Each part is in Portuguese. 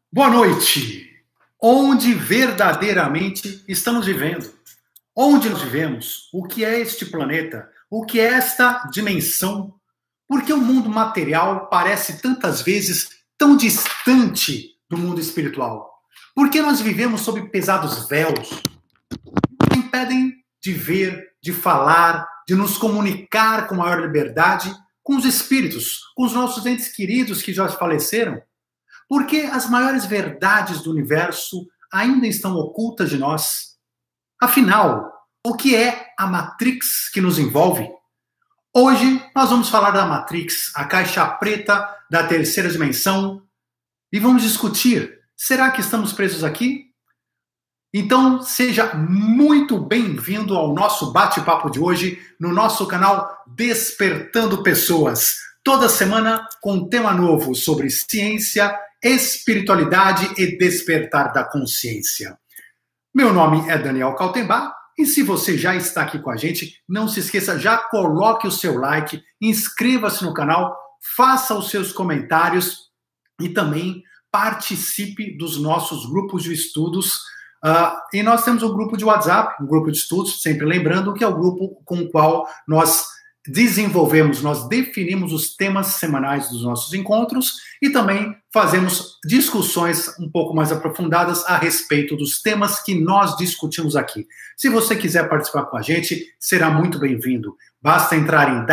Boa noite! Onde verdadeiramente estamos vivendo? Onde nós vivemos? O que é este planeta? O que é esta dimensão? Por que o mundo material parece tantas vezes tão distante do mundo espiritual? Por que nós vivemos sob pesados véus que impedem de ver, de falar, de nos comunicar com maior liberdade com os espíritos, com os nossos entes queridos que já faleceram? Porque as maiores verdades do universo ainda estão ocultas de nós. Afinal, o que é a Matrix que nos envolve? Hoje nós vamos falar da Matrix, a caixa preta da terceira dimensão, e vamos discutir: será que estamos presos aqui? Então, seja muito bem-vindo ao nosso bate-papo de hoje no nosso canal Despertando Pessoas. Toda semana com um tema novo sobre ciência, espiritualidade e despertar da consciência. Meu nome é Daniel Kaltenbach e se você já está aqui com a gente, não se esqueça, já coloque o seu like, inscreva-se no canal, faça os seus comentários e também participe dos nossos grupos de estudos. E nós temos um grupo de WhatsApp, um grupo de estudos, sempre lembrando que é o grupo com o qual nós desenvolvemos, nós definimos os temas semanais dos nossos encontros e também fazemos discussões um pouco mais aprofundadas a respeito dos temas que nós discutimos aqui. Se você quiser participar com a gente, será muito bem-vindo. Basta entrar em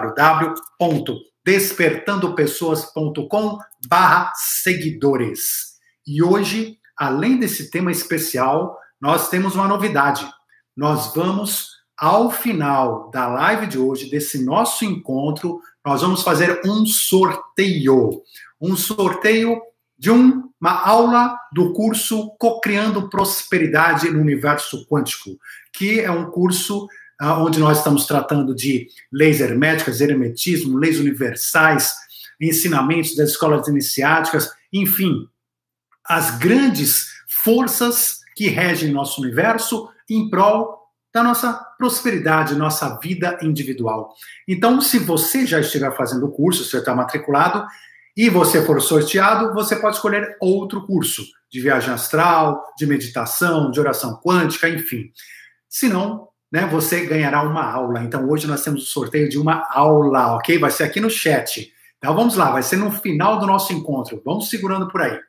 www.despertandopessoas.com/seguidores. E hoje, além desse tema especial, nós temos uma novidade. Nós vamos, ao final da live de hoje, desse nosso encontro, nós vamos fazer um sorteio. Um sorteio de uma aula do curso Co-Criando Prosperidade no Universo Quântico, que é um curso onde nós estamos tratando de leis herméticas, hermetismo, leis universais, ensinamentos das escolas iniciáticas, enfim, as grandes forças que regem nosso universo em prol da nossa prosperidade, nossa vida individual. Então, se você já estiver fazendo o curso, se você está matriculado, e você for sorteado, você pode escolher outro curso, de viagem astral, de meditação, de oração quântica, enfim. Se não, né, você ganhará uma aula. Então, hoje nós temos o sorteio de uma aula, ok? Vai ser aqui no chat. Então, vamos lá, vai ser no final do nosso encontro. Vamos segurando por aí.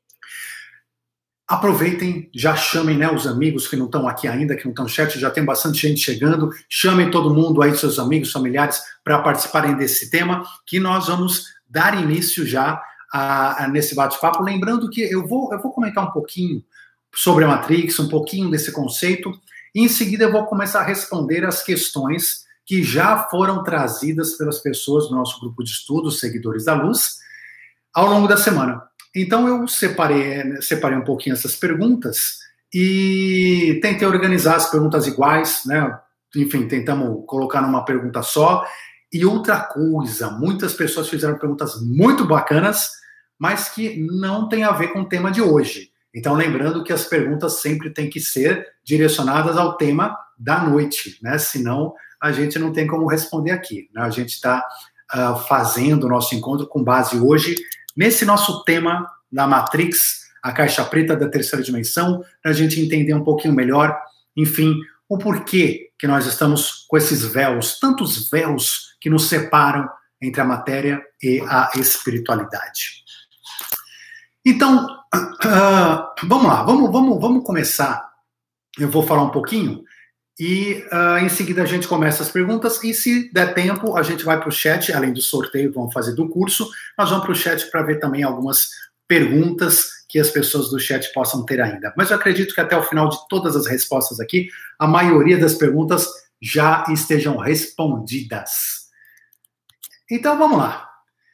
Aproveitem, já chamem, né, os amigos que não estão aqui ainda, que não estão no chat, já tem bastante gente chegando, chamem todo mundo aí, seus amigos, familiares, para participarem desse tema, que nós vamos dar início já nesse bate-papo, lembrando que eu vou comentar um pouquinho sobre a Matrix, um pouquinho desse conceito, e em seguida eu vou começar a responder as questões que já foram trazidas pelas pessoas do nosso grupo de estudos, Seguidores da Luz, ao longo da semana. Então, eu separei um pouquinho essas perguntas e tentei organizar as perguntas iguais, né? Enfim, tentamos colocar numa pergunta só. E outra coisa, muitas pessoas fizeram perguntas muito bacanas, mas que não tem a ver com o tema de hoje. Então, lembrando que as perguntas sempre têm que ser direcionadas ao tema da noite, né? Senão, a gente não tem como responder aqui, né? A gente está fazendo o nosso encontro com base hoje nesse nosso tema da Matrix, a caixa preta da terceira dimensão, para a gente entender um pouquinho melhor, enfim, o porquê que nós estamos com esses véus, tantos véus que nos separam entre a matéria e a espiritualidade. Então, vamos lá, vamos começar. Eu vou falar um pouquinho e em seguida a gente começa as perguntas e se der tempo a gente vai para o chat, além do sorteio que vamos fazer do curso, nós vamos para o chat para ver também algumas perguntas que as pessoas do chat possam ter ainda. Mas eu acredito que até o final de todas as respostas aqui, a maioria das perguntas já estejam respondidas. Então vamos lá.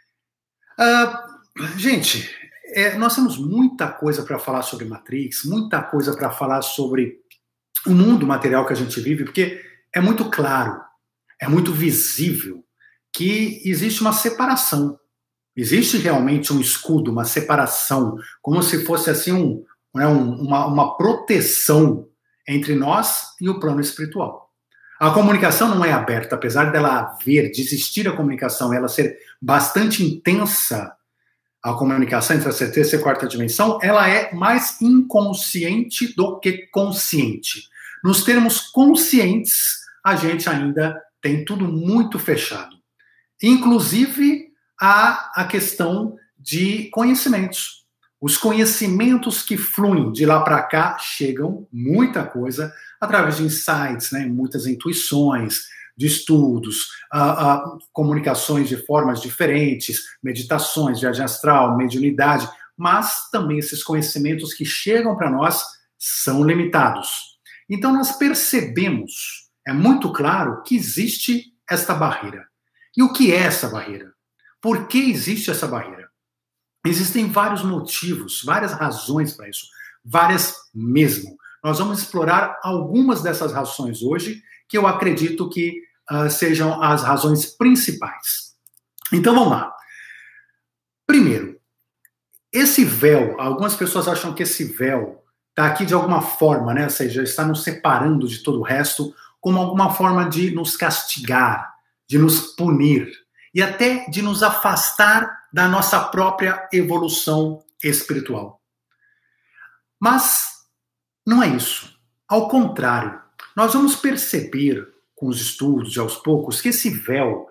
Gente, nós temos muita coisa para falar sobre Matrix, muita coisa para falar sobre o mundo material que a gente vive, porque é muito claro, é muito visível que existe uma separação. Existe realmente um escudo, uma separação, como se fosse assim uma proteção entre nós e o plano espiritual. A comunicação não é aberta, apesar dela haver, de existir a comunicação, ela ser bastante intensa, a comunicação entre a terceira e a quarta dimensão, ela é mais inconsciente do que consciente. Nos termos conscientes, a gente ainda tem tudo muito fechado. Inclusive, há a questão de conhecimentos. Os conhecimentos que fluem de lá para cá chegam muita coisa através de insights, né, muitas intuições, de estudos, comunicações de formas diferentes, meditações, viagem astral, mediunidade, mas também esses conhecimentos que chegam para nós são limitados. Então nós percebemos, é muito claro que existe esta barreira. E o que é essa barreira? Por que existe essa barreira? Existem vários motivos, várias razões para isso, várias mesmo. Nós vamos explorar algumas dessas razões hoje, que eu acredito que sejam as razões principais. Então vamos lá. Primeiro, esse véu, algumas pessoas acham que esse véu está aqui de alguma forma, né? Ou seja, está nos separando de todo o resto, como alguma forma de nos castigar, de nos punir e até de nos afastar da nossa própria evolução espiritual. Mas não é isso. Ao contrário, nós vamos perceber com os estudos, aos poucos, que esse véu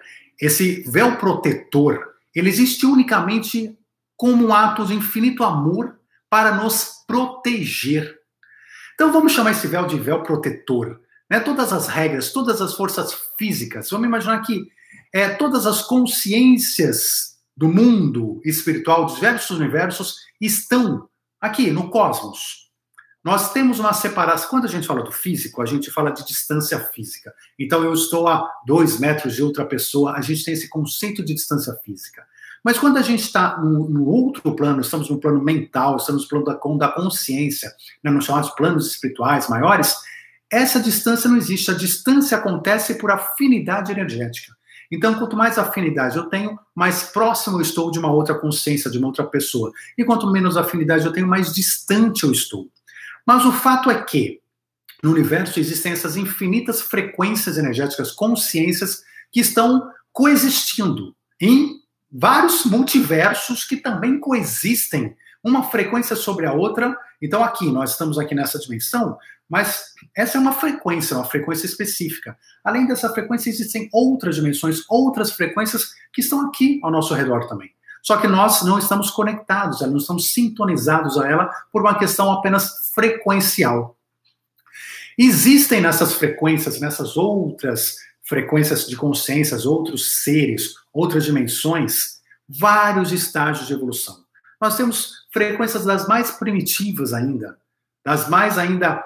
protetor, ele existe unicamente como um ato de infinito amor para nos proteger. Então vamos chamar esse véu de véu protetor. Né? Todas as regras, todas as forças físicas, vamos imaginar que todas as consciências do mundo espiritual, dos diversos universos, estão aqui no cosmos. Nós temos uma separação. Quando a gente fala do físico, a gente fala de distância física. Então, eu estou a 2 metros de outra pessoa, a gente tem esse conceito de distância física. Mas quando a gente está no outro plano, estamos no plano mental, estamos no plano da consciência, né, nos chamados planos espirituais maiores, essa distância não existe. A distância acontece por afinidade energética. Então, quanto mais afinidade eu tenho, mais próximo eu estou de uma outra consciência, de uma outra pessoa. E quanto menos afinidade eu tenho, mais distante eu estou. Mas o fato é que no universo existem essas infinitas frequências energéticas, consciências, que estão coexistindo em vários multiversos que também coexistem, uma frequência sobre a outra. Então aqui, nós estamos aqui nessa dimensão, mas essa é uma frequência específica. Além dessa frequência, existem outras dimensões, outras frequências que estão aqui ao nosso redor também. Só que nós não estamos conectados, não estamos sintonizados a ela por uma questão apenas frequencial. Existem nessas frequências, nessas outras frequências de consciências, outros seres, outras dimensões, vários estágios de evolução. Nós temos frequências das mais primitivas ainda, das mais ainda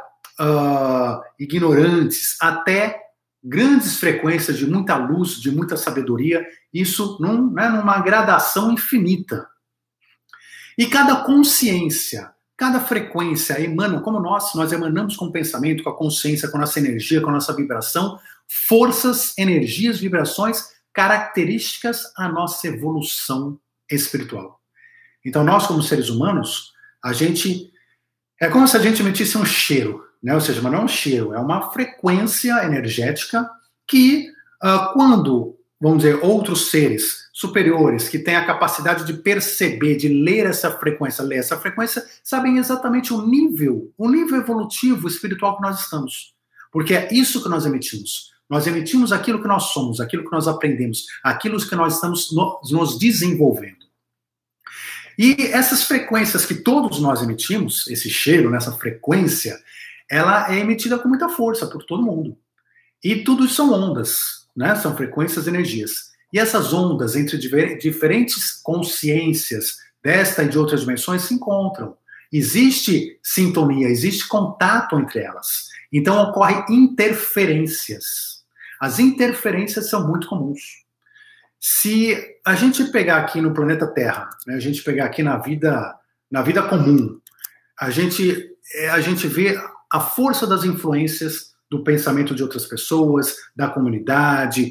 ignorantes, até grandes frequências de muita luz, de muita sabedoria, isso numa gradação infinita. E cada consciência, cada frequência emana, como nós emanamos com o pensamento, com a consciência, com a nossa energia, com a nossa vibração, forças, energias, vibrações, características à nossa evolução espiritual. Então nós, como seres humanos, é como se a gente emitisse um cheiro, né? Ou seja, mas não é um cheiro, é uma frequência energética que, quando, vamos dizer, outros seres superiores que têm a capacidade de perceber, de ler essa frequência, sabem exatamente o nível evolutivo espiritual que nós estamos. Porque é isso que nós emitimos. Nós emitimos aquilo que nós somos, aquilo que nós aprendemos, aquilo que nós estamos nos desenvolvendo. E essas frequências que todos nós emitimos, esse cheiro, nessa frequência, ela é emitida com muita força por todo mundo. E tudo isso são ondas, né? São frequências e energias. E essas ondas entre diferentes consciências desta e de outras dimensões se encontram. Existe sintonia, existe contato entre elas. Então ocorrem interferências. As interferências são muito comuns. Se a gente pegar aqui no planeta Terra, né, a gente pegar aqui na vida comum, a gente vê a força das influências do pensamento de outras pessoas, da comunidade,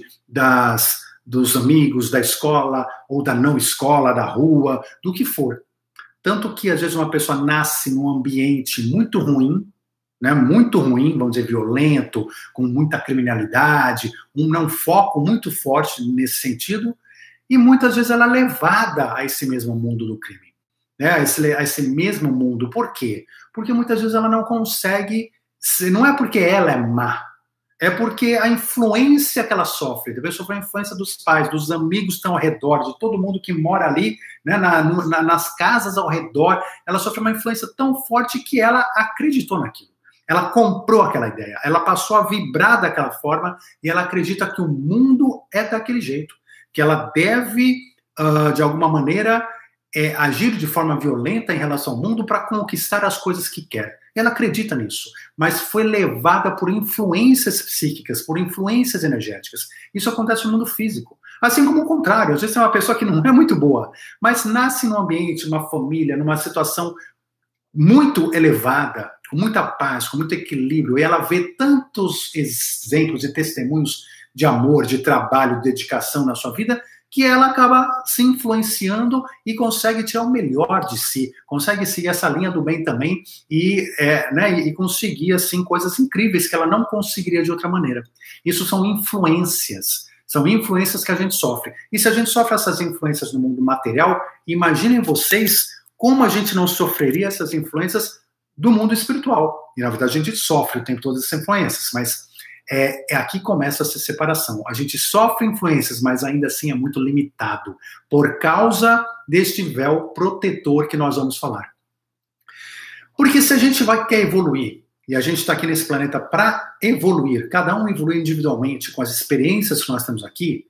dos amigos, da escola, ou da não escola, da rua, do que for. Tanto que, às vezes, uma pessoa nasce num ambiente muito ruim, né, muito ruim, vamos dizer, violento, com muita criminalidade, um não foco muito forte nesse sentido, e muitas vezes ela é levada a esse mesmo mundo do crime, né? A esse mesmo mundo. Por quê? Porque muitas vezes ela não consegue, não é porque ela é má, é porque a influência que ela sofre, deve sofrer a influência dos pais, dos amigos que estão ao redor, de todo mundo que mora ali, né, nas casas ao redor, ela sofre uma influência tão forte que ela acreditou naquilo. Ela comprou aquela ideia, ela passou a vibrar daquela forma e ela acredita que o mundo é daquele jeito, que ela deve, de alguma maneira, agir de forma violenta em relação ao mundo para conquistar as coisas que quer. Ela acredita nisso, mas foi levada por influências psíquicas, por influências energéticas. Isso acontece no mundo físico. Assim como o contrário, às vezes é uma pessoa que não é muito boa, mas nasce num ambiente, numa família, numa situação muito elevada, com muita paz, com muito equilíbrio, e ela vê tantos exemplos e testemunhos de amor, de trabalho, de dedicação na sua vida, que ela acaba se influenciando e consegue tirar o melhor de si, consegue seguir essa linha do bem também e conseguir, assim, coisas incríveis que ela não conseguiria de outra maneira. Isso são influências que a gente sofre. E se a gente sofre essas influências no mundo material, imaginem vocês como a gente não sofreria essas influências do mundo espiritual. E, na verdade, a gente sofre o tempo todo essas influências, mas aqui começa essa separação. A gente sofre influências, mas ainda assim é muito limitado, por causa deste véu protetor que nós vamos falar. Porque se a gente quer evoluir, e a gente está aqui nesse planeta para evoluir, cada um evoluir individualmente com as experiências que nós temos aqui,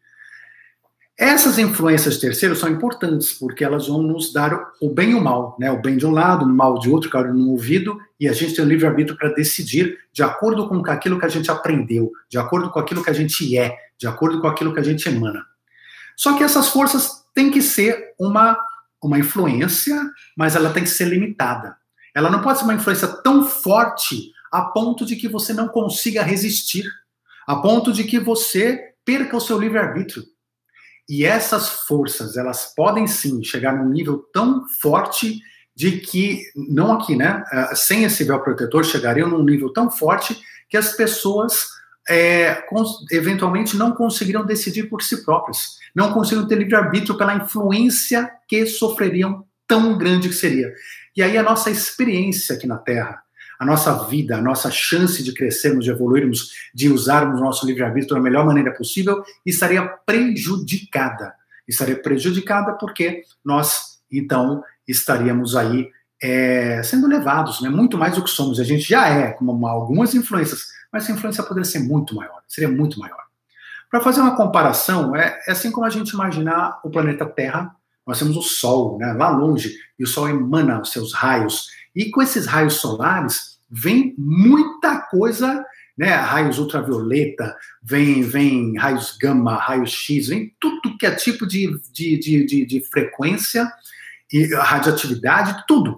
essas influências de terceiros são importantes, porque elas vão nos dar o bem e o mal, né? O bem de um lado, o mal de outro, claro, no ouvido, e a gente tem o livre-arbítrio para decidir de acordo com aquilo que a gente aprendeu, de acordo com aquilo que a gente é, de acordo com aquilo que a gente emana. Só que essas forças têm que ser uma influência, mas ela tem que ser limitada. Ela não pode ser uma influência tão forte a ponto de que você não consiga resistir, a ponto de que você perca o seu livre-arbítrio. E essas forças, elas podem sim chegar num nível tão forte de que, não aqui, né, sem esse véu protetor, chegariam num nível tão forte que as pessoas eventualmente não conseguiriam decidir por si próprias, não conseguiriam ter livre-arbítrio pela influência que sofreriam tão grande que seria. E aí a nossa experiência aqui na Terra, a nossa vida, a nossa chance de crescermos, de evoluirmos, de usarmos o nosso livre-arbítrio da melhor maneira possível, estaria prejudicada. Estaria prejudicada porque nós, então, estaríamos aí sendo levados, né, muito mais do que somos. A gente já com algumas influências, mas essa influência poderia ser muito maior, seria muito maior. Para fazer uma comparação, é assim como a gente imaginar o planeta Terra. Nós temos o Sol, né, lá longe, e o Sol emana os seus raios. E com esses raios solares, vem muita coisa, né? Raios ultravioleta, vem raios gama, raios X, vem tudo que é tipo de frequência e radioatividade, tudo.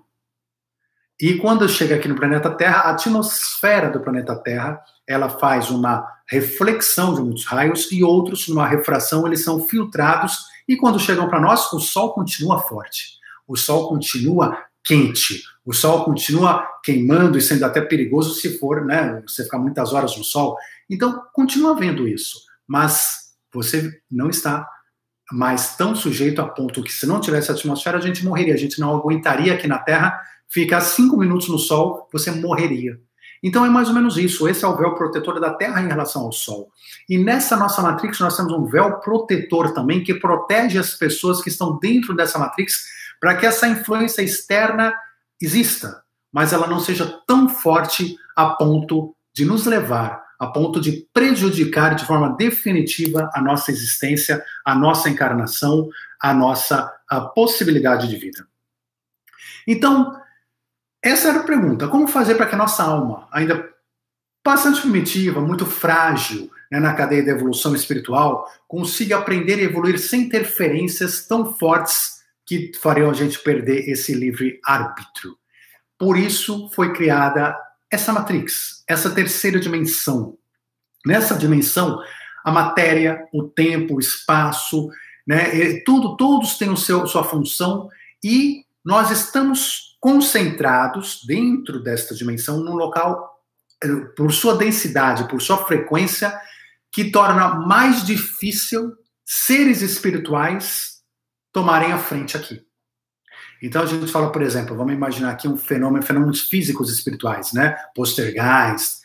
E quando chega aqui no planeta Terra, a atmosfera do planeta Terra, ela faz uma reflexão de muitos raios e outros, numa refração, eles são filtrados e quando chegam para nós, o Sol continua forte. O Sol continua quente. O Sol continua queimando e sendo até perigoso se for, né, você ficar muitas horas no Sol. Então, continua vendo isso. Mas você não está mais tão sujeito a ponto que se não tivesse atmosfera, a gente morreria. A gente não aguentaria aqui na Terra ficar 5 minutos no Sol, você morreria. Então é mais ou menos isso. Esse é o véu protetor da Terra em relação ao Sol. E nessa nossa Matrix nós temos um véu protetor também que protege as pessoas que estão dentro dessa Matrix para que essa influência externa exista, mas ela não seja tão forte a ponto de nos levar, a ponto de prejudicar de forma definitiva a nossa existência, a nossa encarnação, a possibilidade de vida. Então, essa era a pergunta. Como fazer para que a nossa alma, ainda bastante primitiva, muito frágil, né, na cadeia da evolução espiritual, consiga aprender e evoluir sem interferências tão fortes que fariam a gente perder esse livre-arbítrio. Por isso foi criada essa Matrix, essa terceira dimensão. Nessa dimensão, a matéria, o tempo, o espaço, né, todos têm sua função e nós estamos concentrados dentro desta dimensão num local, por sua densidade, por sua frequência, que torna mais difícil seres espirituais tomarem a frente aqui. Então a gente fala, por exemplo, vamos imaginar aqui fenômenos físicos espirituais, né? Poltergeist,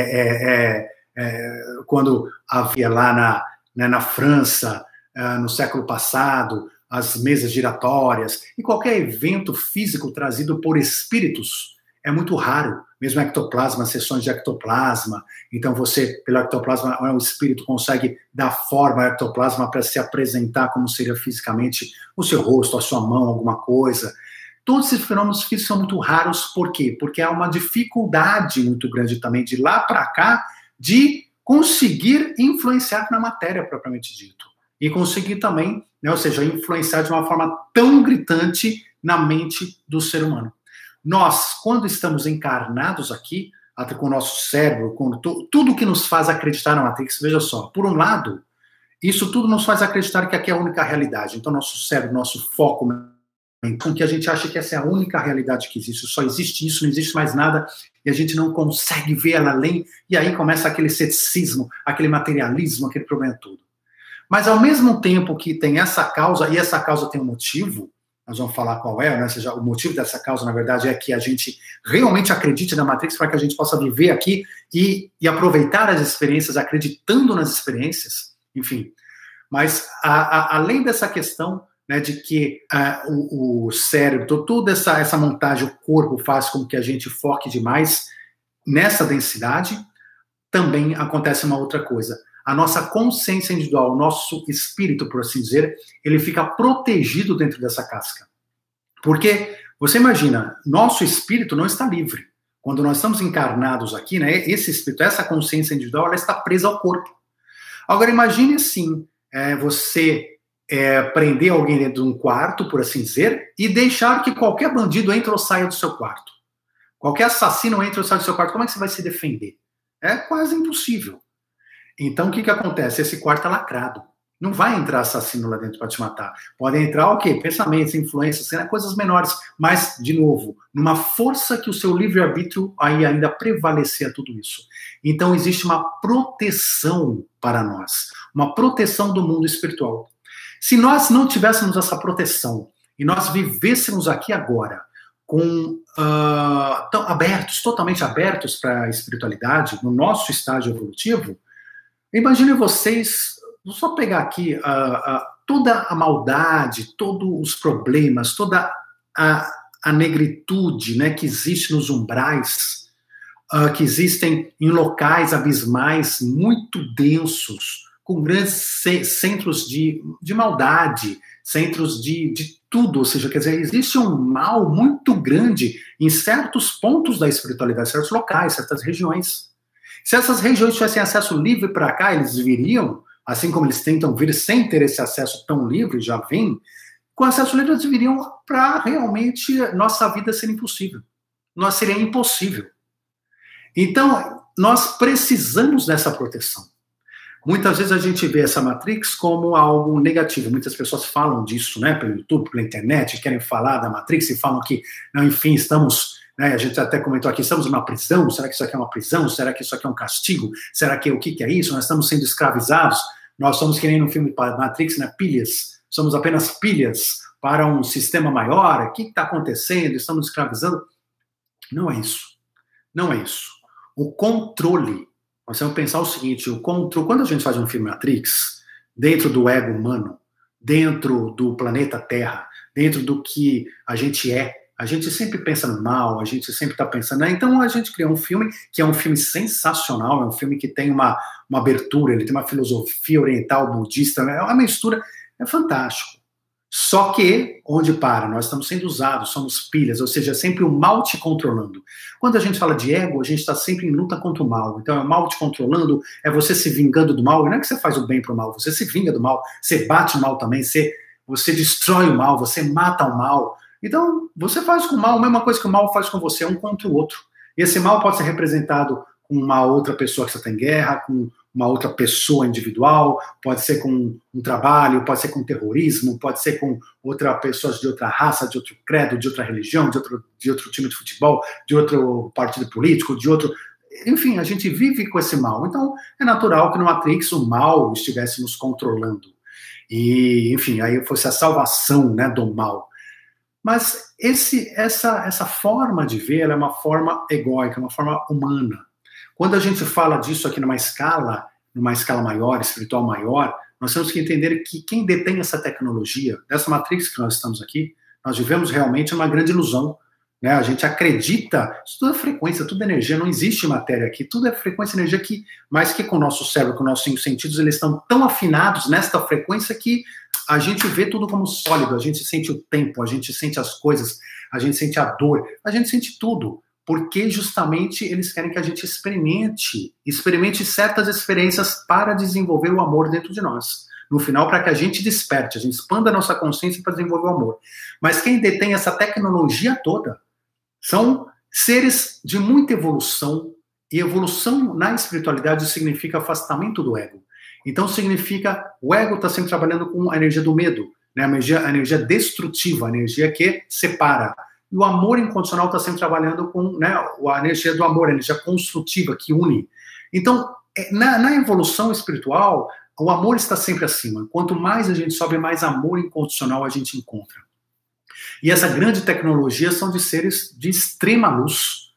quando havia lá na França, no século passado, as mesas giratórias, e qualquer evento físico trazido por espíritos é muito raro, mesmo ectoplasma, sessões de ectoplasma, então você, pelo ectoplasma, o espírito consegue dar forma ao ectoplasma para se apresentar como seria fisicamente o seu rosto, a sua mão, alguma coisa. Todos esses fenômenos físicos são muito raros, por quê? Porque há uma dificuldade muito grande também de lá para cá de conseguir influenciar na matéria propriamente dito. E conseguir também, né, ou seja, influenciar de uma forma tão gritante na mente do ser humano. Nós, quando estamos encarnados aqui, até com o nosso cérebro, com tudo que nos faz acreditar na Matrix, veja só, por um lado, isso tudo nos faz acreditar que aqui é a única realidade. Então, nosso cérebro, nosso foco, com que a gente acha que essa é a única realidade que existe, só existe isso, não existe mais nada, e a gente não consegue ver ela além, e aí começa aquele ceticismo, aquele materialismo, aquele problema todo. Mas, ao mesmo tempo que tem essa causa, e essa causa tem um motivo, nós vamos falar qual é, né? Ou seja, o motivo dessa causa, na verdade, é que a gente realmente acredite na Matrix para que a gente possa viver aqui e aproveitar as experiências, acreditando nas experiências, enfim. Mas, além dessa questão, né, de que o cérebro, toda essa montagem, o corpo faz com que a gente foque demais nessa densidade, também acontece uma outra coisa. A nossa consciência individual, o nosso espírito, por assim dizer, ele fica protegido dentro dessa casca. Porque, você imagina, nosso espírito não está livre. Quando nós estamos encarnados aqui, né, esse espírito, essa consciência individual, ela está presa ao corpo. Agora, imagine assim, você prender alguém dentro de um quarto, por assim dizer, e deixar que qualquer bandido entre ou saia do seu quarto. Qualquer assassino entre ou saia do seu quarto, como é que você vai se defender? É quase impossível. Então, o que acontece? Esse quarto é lacrado. Não vai entrar assassino lá dentro para te matar. Podem entrar, ok, pensamentos, influências, coisas menores. Mas, de novo, numa força que o seu livre-arbítrio aí ainda prevalecer a tudo isso. Então, existe uma proteção para nós. Uma proteção do mundo espiritual. Se nós não tivéssemos essa proteção e nós vivêssemos aqui agora com totalmente abertos para a espiritualidade, no nosso estágio evolutivo, imagine vocês, vou só pegar aqui toda a maldade, todos os problemas, toda a negritude, né, que existe nos umbrais, que existem em locais abismais muito densos, com grandes centros de maldade, centros de tudo, ou seja, quer dizer, existe um mal muito grande em certos pontos da espiritualidade, certos locais, certas regiões. Se essas regiões tivessem acesso livre para cá, eles viriam, assim como eles tentam vir sem ter esse acesso tão livre, já vem, com acesso livre eles viriam para realmente nossa vida ser impossível. Nós seria impossível. Então, nós precisamos dessa proteção. Muitas vezes a gente vê essa Matrix como algo negativo. Muitas pessoas falam disso, né, pelo YouTube, pela internet, querem falar da Matrix e falam que, não, enfim, estamos... A gente até comentou aqui, estamos numa prisão, será que isso aqui é uma prisão? Será que isso aqui é um castigo? Será que o que é isso? Nós estamos sendo escravizados? Nós estamos querendo um filme Matrix, né? Pilhas, somos apenas pilhas para um sistema maior? O que está acontecendo? Estamos escravizando? Não é isso. Não é isso. O controle, nós vamos pensar o seguinte, quando a gente faz um filme Matrix, dentro do ego humano, dentro do planeta Terra, dentro do que a gente é, a gente sempre pensa no mal, a gente sempre está pensando... Então a gente criou um filme que é um filme sensacional, é um filme que tem uma abertura, ele tem uma filosofia oriental, budista, é uma mistura, é fantástico. Só que, onde para? Nós estamos sendo usados, somos pilhas, ou seja, é sempre o mal te controlando. Quando a gente fala de ego, a gente está sempre em luta contra o mal. Então é o mal te controlando, é você se vingando do mal, e não é que você faz o bem para o mal, você se vinga do mal, você bate o mal também, você destrói o mal, você mata o mal. Então, você faz com o mal a mesma coisa que o mal faz com você, um contra o outro. E esse mal pode ser representado com uma outra pessoa que você está em guerra, com uma outra pessoa individual, pode ser com um trabalho, pode ser com terrorismo, pode ser com outra pessoa de outra raça, de outro credo, de outra religião, de outro time de futebol, de outro partido político, de outro... Enfim, a gente vive com esse mal. Então, é natural que no Matrix o mal estivesse nos controlando. E, enfim, aí fosse a salvação, né, do mal. Mas essa forma de ver, ela é uma forma egóica, uma forma humana. Quando a gente fala disso aqui numa escala maior, espiritual maior, nós temos que entender que quem detém essa tecnologia, essa matrix que nós estamos aqui, nós vivemos realmente uma grande ilusão. Né? A gente acredita, isso tudo é frequência, tudo é energia, não existe matéria aqui, tudo é frequência e energia que, mais que com o nosso cérebro, com os nossos 5 sentidos, eles estão tão afinados nesta frequência que a gente vê tudo como sólido, a gente sente o tempo, a gente sente as coisas, a gente sente a dor, a gente sente tudo, porque justamente eles querem que a gente experimente certas experiências para desenvolver o amor dentro de nós. No final, para que a gente desperte, a gente expanda a nossa consciência para desenvolver o amor. Mas quem detém essa tecnologia toda são seres de muita evolução, e evolução na espiritualidade significa afastamento do ego. Então significa, o ego está sempre trabalhando com a energia do medo, né? A energia destrutiva, a energia que separa. E o amor incondicional está sempre trabalhando com, né, a energia do amor, a energia construtiva, que une. Então, na evolução espiritual, o amor está sempre acima. Quanto mais a gente sobe, mais amor incondicional a gente encontra. E essa grande tecnologia são de seres de extrema luz,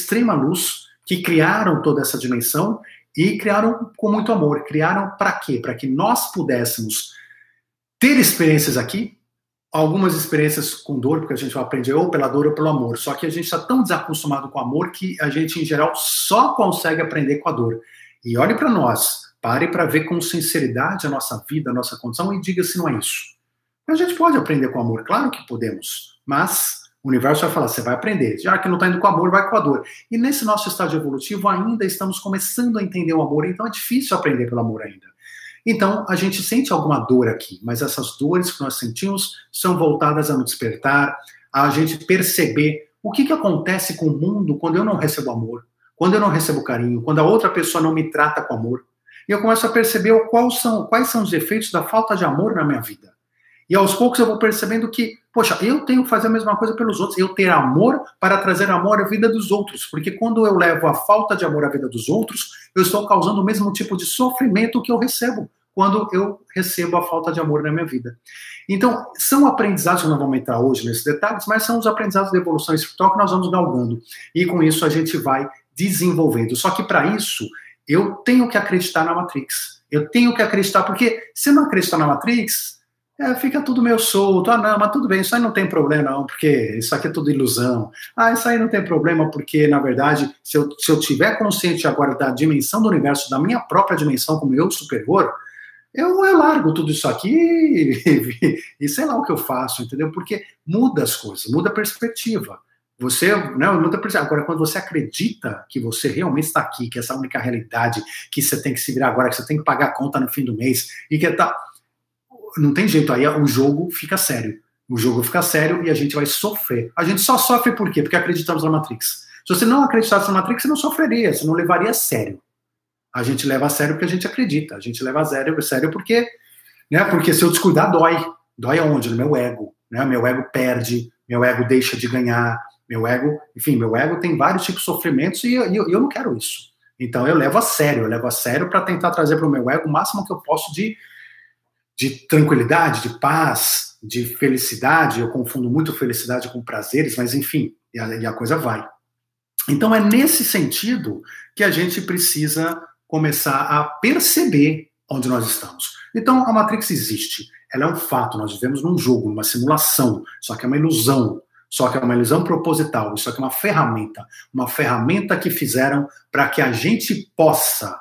que criaram toda essa dimensão e criaram com muito amor. Criaram para quê? Para que nós pudéssemos ter experiências aqui, algumas experiências com dor, porque a gente vai aprender ou pela dor ou pelo amor. Só que a gente está tão desacostumado com o amor que a gente, em geral, só consegue aprender com a dor. E olhe para nós, pare para ver com sinceridade a nossa vida, a nossa condição e diga se não é isso. A gente pode aprender com amor, claro que podemos, mas o universo vai falar, você vai aprender, já que não está indo com amor, vai com a dor. E nesse nosso estágio evolutivo ainda estamos começando a entender o amor, então é difícil aprender pelo amor ainda. Então a gente sente alguma dor aqui, mas essas dores que nós sentimos são voltadas a nos despertar, a gente perceber o que acontece com o mundo quando eu não recebo amor, quando eu não recebo carinho, quando a outra pessoa não me trata com amor. E eu começo a perceber quais são os efeitos da falta de amor na minha vida. E aos poucos eu vou percebendo que, poxa, eu tenho que fazer a mesma coisa pelos outros, eu ter amor para trazer amor à vida dos outros, porque quando eu levo a falta de amor à vida dos outros, eu estou causando o mesmo tipo de sofrimento que eu recebo quando eu recebo a falta de amor na minha vida. Então, são aprendizados que nós vamos entrar hoje nesses detalhes, mas são os aprendizados da evolução espiritual que nós vamos galgando, e com isso a gente vai desenvolvendo. Só que para isso, eu tenho que acreditar na Matrix, eu tenho que acreditar, porque se eu não acreditar na Matrix, fica tudo meio solto. Ah, não, mas tudo bem, isso aí não tem problema não, porque isso aqui é tudo ilusão. Ah, isso aí não tem problema, porque, na verdade, se eu tiver consciente agora da dimensão do universo, da minha própria dimensão como eu superior, eu largo tudo isso aqui e sei lá o que eu faço, entendeu? Porque muda as coisas, muda a perspectiva. Você, né, muda a perspectiva. Agora, quando você acredita que você realmente está aqui, que essa é a única realidade, que você tem que se virar agora, que você tem que pagar a conta no fim do mês, e que não tem jeito, aí o jogo fica sério. O jogo fica sério e a gente vai sofrer. A gente só sofre por quê? Porque acreditamos na Matrix. Se você não acreditasse na Matrix, você não sofreria, você não levaria a sério. A gente leva a sério porque a gente acredita. A gente leva a sério porque, né, porque se eu descuidar, dói. Dói aonde? No meu ego. Né? Meu ego perde, meu ego deixa de ganhar, meu ego tem vários tipos de sofrimentos e eu não quero isso. Então eu levo a sério para tentar trazer para o meu ego o máximo que eu posso de tranquilidade, de paz, de felicidade. Eu confundo muito felicidade com prazeres, mas enfim, e a coisa vai. Então é nesse sentido que a gente precisa começar a perceber onde nós estamos. Então a Matrix existe, ela é um fato, nós vivemos num jogo, numa simulação, só que é uma ilusão, proposital, só que é uma ferramenta que fizeram para que a gente possa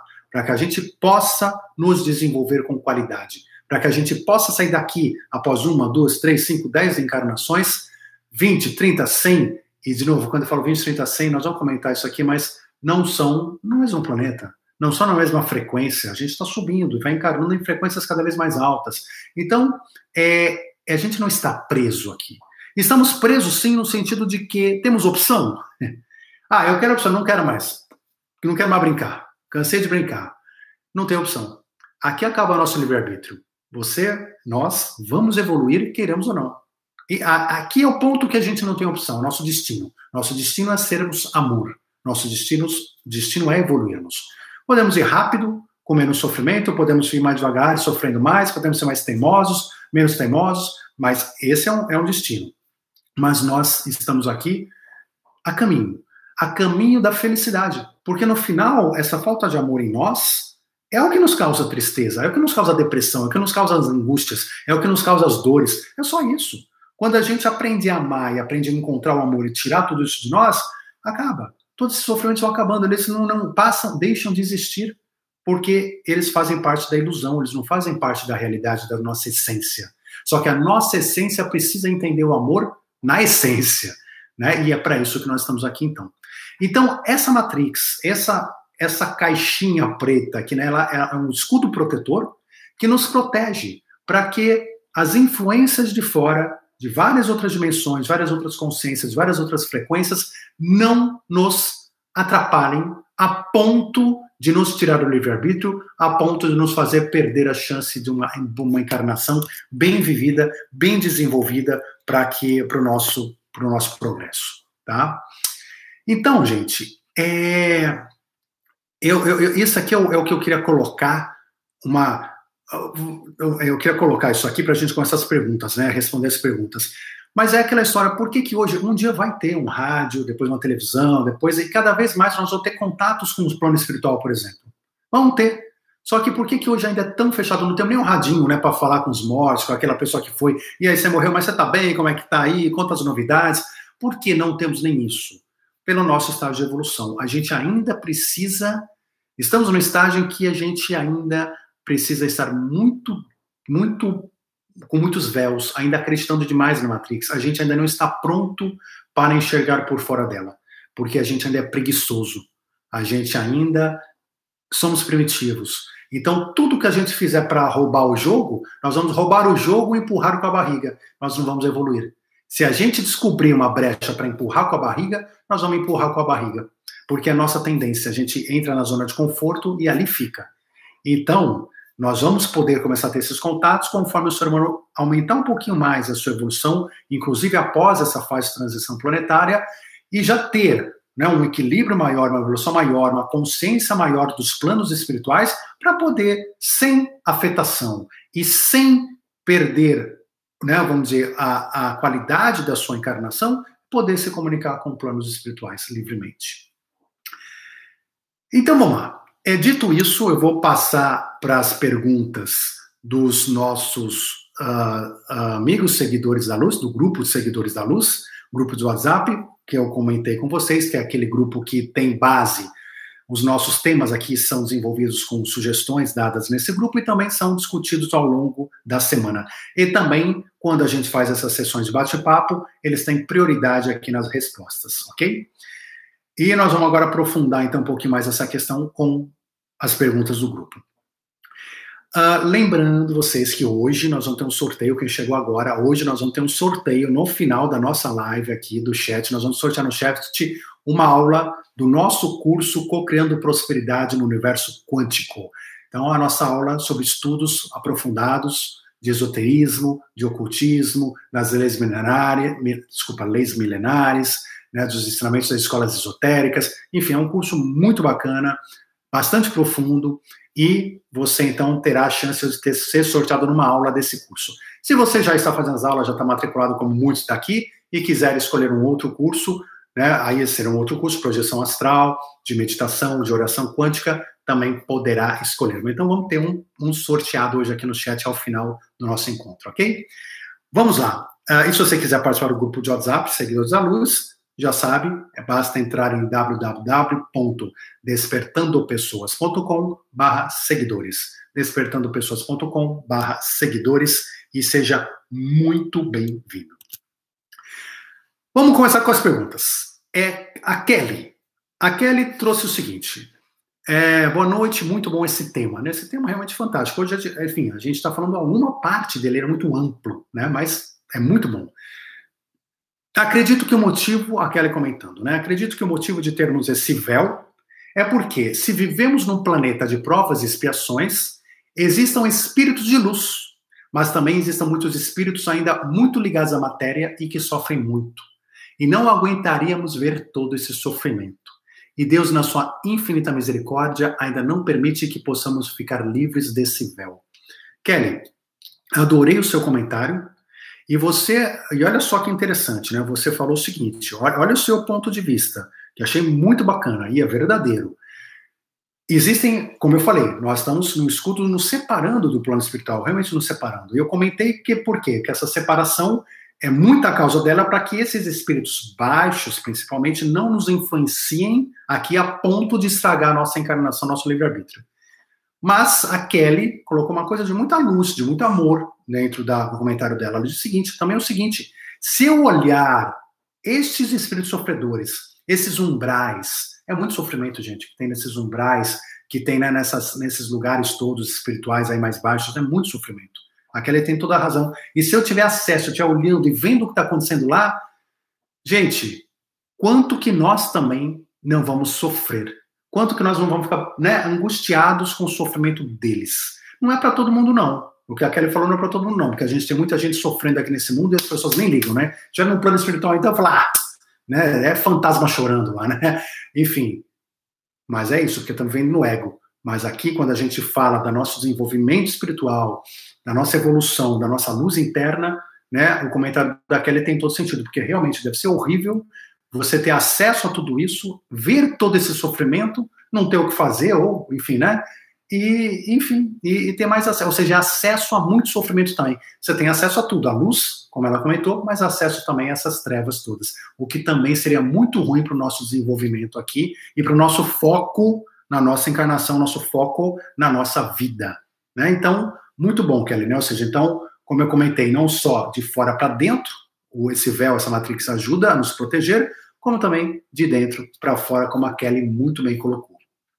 nos desenvolver com qualidade, para que a gente possa sair daqui após 1, 2, 3, 5, 10 encarnações, 20, 30, 100, e de novo, quando eu falo 20, 30, 100, nós vamos comentar isso aqui, mas não são no mesmo planeta, não são na mesma frequência, a gente está subindo e vai encarnando em frequências cada vez mais altas. Então, a gente não está preso aqui. Estamos presos, sim, no sentido de que temos opção. Ah, eu quero opção, não quero mais brincar, cansei de brincar. Não tem opção. Aqui acaba o nosso livre-arbítrio. Nós vamos evoluir, queremos ou não. E aqui é o ponto que a gente não tem opção, nosso destino. Nosso destino é sermos amor. Nosso destino é evoluirmos. Podemos ir rápido, com menos sofrimento, podemos ir mais devagar, sofrendo mais, podemos ser mais teimosos, menos teimosos, mas esse é um destino. Mas nós estamos aqui a caminho da felicidade, porque no final, essa falta de amor em nós é o que nos causa tristeza, é o que nos causa depressão, é o que nos causa as angústias, é o que nos causa as dores, é só isso. Quando a gente aprende a amar e aprende a encontrar o amor e tirar tudo isso de nós, acaba. Todos esses sofrimentos vão acabando, eles não passam, deixam de existir, porque eles fazem parte da ilusão, eles não fazem parte da realidade, da nossa essência. Só que a nossa essência precisa entender o amor na essência, né? E é para isso que nós estamos aqui, então. Então, essa matrix, essa caixinha preta, que né, ela é um escudo protetor que nos protege para que as influências de fora, de várias outras dimensões, várias outras consciências, várias outras frequências, não nos atrapalhem a ponto de nos tirar o livre-arbítrio, a ponto de nos fazer perder a chance de uma encarnação bem vivida, bem desenvolvida para o nosso progresso. Tá? Então, gente, isso aqui é o que eu queria colocar, eu queria colocar isso aqui para a gente começar as perguntas, né, responder as perguntas. Mas é aquela história, por que hoje, um dia vai ter um rádio, depois uma televisão, depois, e cada vez mais nós vamos ter contatos com o plano espiritual, por exemplo. Vamos ter. Só que por que hoje ainda é tão fechado? Não tem nem um radinho, né, para falar com os mortos, com aquela pessoa que foi, e aí você morreu, mas você tá bem, como é que tá aí, conta as novidades. Por que não temos nem isso? Pelo nosso estágio de evolução. A gente ainda precisa, estamos num estágio em que a gente ainda precisa estar com muitos véus, ainda acreditando demais na Matrix. A gente ainda não está pronto para enxergar por fora dela, porque a gente ainda é preguiçoso. A gente ainda somos primitivos. Então, tudo que a gente fizer para roubar o jogo, nós vamos roubar o jogo e empurrar com a barriga. Nós não vamos evoluir. Se a gente descobrir uma brecha para empurrar com a barriga, nós vamos empurrar com a barriga. Porque é a nossa tendência. A gente entra na zona de conforto e ali fica. Então, nós vamos poder começar a ter esses contatos conforme o ser humano aumentar um pouquinho mais a sua evolução, inclusive após essa fase de transição planetária, e já ter, né, um equilíbrio maior, uma evolução maior, uma consciência maior dos planos espirituais, para poder, sem afetação e sem perder, né, vamos dizer, a qualidade da sua encarnação, poder se comunicar com planos espirituais livremente. Então, vamos lá. Dito isso, eu vou passar para as perguntas dos nossos amigos seguidores da luz, do grupo de seguidores da luz, grupo do WhatsApp, que eu comentei com vocês, que é aquele grupo que tem base. Os nossos temas aqui são desenvolvidos com sugestões dadas nesse grupo e também são discutidos ao longo da semana. E também, quando a gente faz essas sessões de bate-papo, eles têm prioridade aqui nas respostas, ok? E nós vamos agora aprofundar, então, um pouquinho mais essa questão com as perguntas do grupo. Lembrando vocês que hoje nós vamos ter um sorteio, quem chegou agora, hoje nós vamos ter um sorteio no final da nossa live aqui do chat, nós vamos sortear no chat uma aula do nosso curso Co-Criando Prosperidade no Universo Quântico. Então, a nossa aula sobre estudos aprofundados de esoterismo, de ocultismo, das leis milenares, né, dos ensinamentos das escolas esotéricas, enfim, é um curso muito bacana, bastante profundo, e você, então, terá a chance de ser sorteado numa aula desse curso. Se você já está fazendo as aulas, já está matriculado como muitos daqui, e quiser escolher um outro curso, né, aí será um outro curso, projeção astral, de meditação, de oração quântica, também poderá escolher. Então, vamos ter um sorteado hoje aqui no chat ao final do nosso encontro, ok? Vamos lá. E se você quiser participar do grupo de WhatsApp, Seguidores da Luz, já sabe, basta entrar em www.despertandopessoas.com/seguidores. Despertandopessoas.com/seguidores e seja muito bem-vindo. Vamos começar com as perguntas. A Kelly trouxe o seguinte. Boa noite, muito bom esse tema. Esse tema é realmente fantástico. Hoje, enfim, a gente está falando alguma parte dele, é muito amplo, né? Mas é muito bom. Acredito que o motivo, a Kelly comentando, né? Acredito que o motivo de termos esse véu é porque, se vivemos num planeta de provas e expiações, existam espíritos de luz, mas também existam muitos espíritos ainda muito ligados à matéria e que sofrem muito. E não aguentaríamos ver todo esse sofrimento. e Deus, na sua infinita misericórdia, ainda não permite que possamos ficar livres desse véu. Kelly, adorei o seu comentário, e olha só que interessante, né? Você falou o seguinte, olha o seu ponto de vista, que achei muito bacana, e é verdadeiro. Existem, como eu falei, nós estamos no escudo nos separando do plano espiritual, realmente nos separando. E eu comentei por quê? Que essa separação é muita causa dela para que esses espíritos baixos, principalmente, não nos influenciem aqui a ponto de estragar a nossa encarnação, nosso livre-arbítrio. Mas a Kelly colocou uma coisa de muita luz, de muito amor dentro do comentário dela. Ela diz também o seguinte, se eu olhar estes espíritos sofredores, esses umbrais, é muito sofrimento, gente, que tem nesses umbrais, que tem, né, nesses lugares todos espirituais aí mais baixos, é muito sofrimento. A Kelly tem toda a razão. E se eu tiver acesso, eu estiver olhando e vendo o que está acontecendo lá, gente, quanto que nós também não vamos sofrer? Quanto que nós não vamos ficar, né, angustiados com o sofrimento deles? Não é para todo mundo, não. O que a Kelly falou não é para todo mundo, não. Porque a gente tem muita gente sofrendo aqui nesse mundo e as pessoas nem ligam, né? Já no plano espiritual, então, falar, né, é fantasma chorando lá, né? Enfim, mas é isso, porque estamos vendo no ego. Mas aqui, quando a gente fala do nosso desenvolvimento espiritual, da nossa evolução, da nossa luz interna, né, o comentário da Kelly tem todo sentido, porque realmente deve ser horrível você ter acesso a tudo isso, ver todo esse sofrimento, não ter o que fazer, ou, enfim, né? E ter mais acesso, ou seja, acesso a muito sofrimento também. Você tem acesso a tudo, a luz, como ela comentou, mas acesso também a essas trevas todas, o que também seria muito ruim para o nosso desenvolvimento aqui e para o nosso foco na nossa encarnação, nosso foco na nossa vida, né? Então, muito bom, Kelly, né? Ou seja, então, como eu comentei, não só de fora para dentro, esse véu, essa matrix ajuda a nos proteger, como também de dentro para fora, como a Kelly muito bem colocou.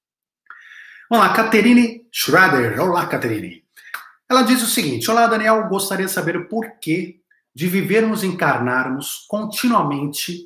Vamos lá, Caterine Schrader. Olá, Caterine. Ela diz o seguinte, olá, Daniel, gostaria de saber o porquê de vivermos e encarnarmos continuamente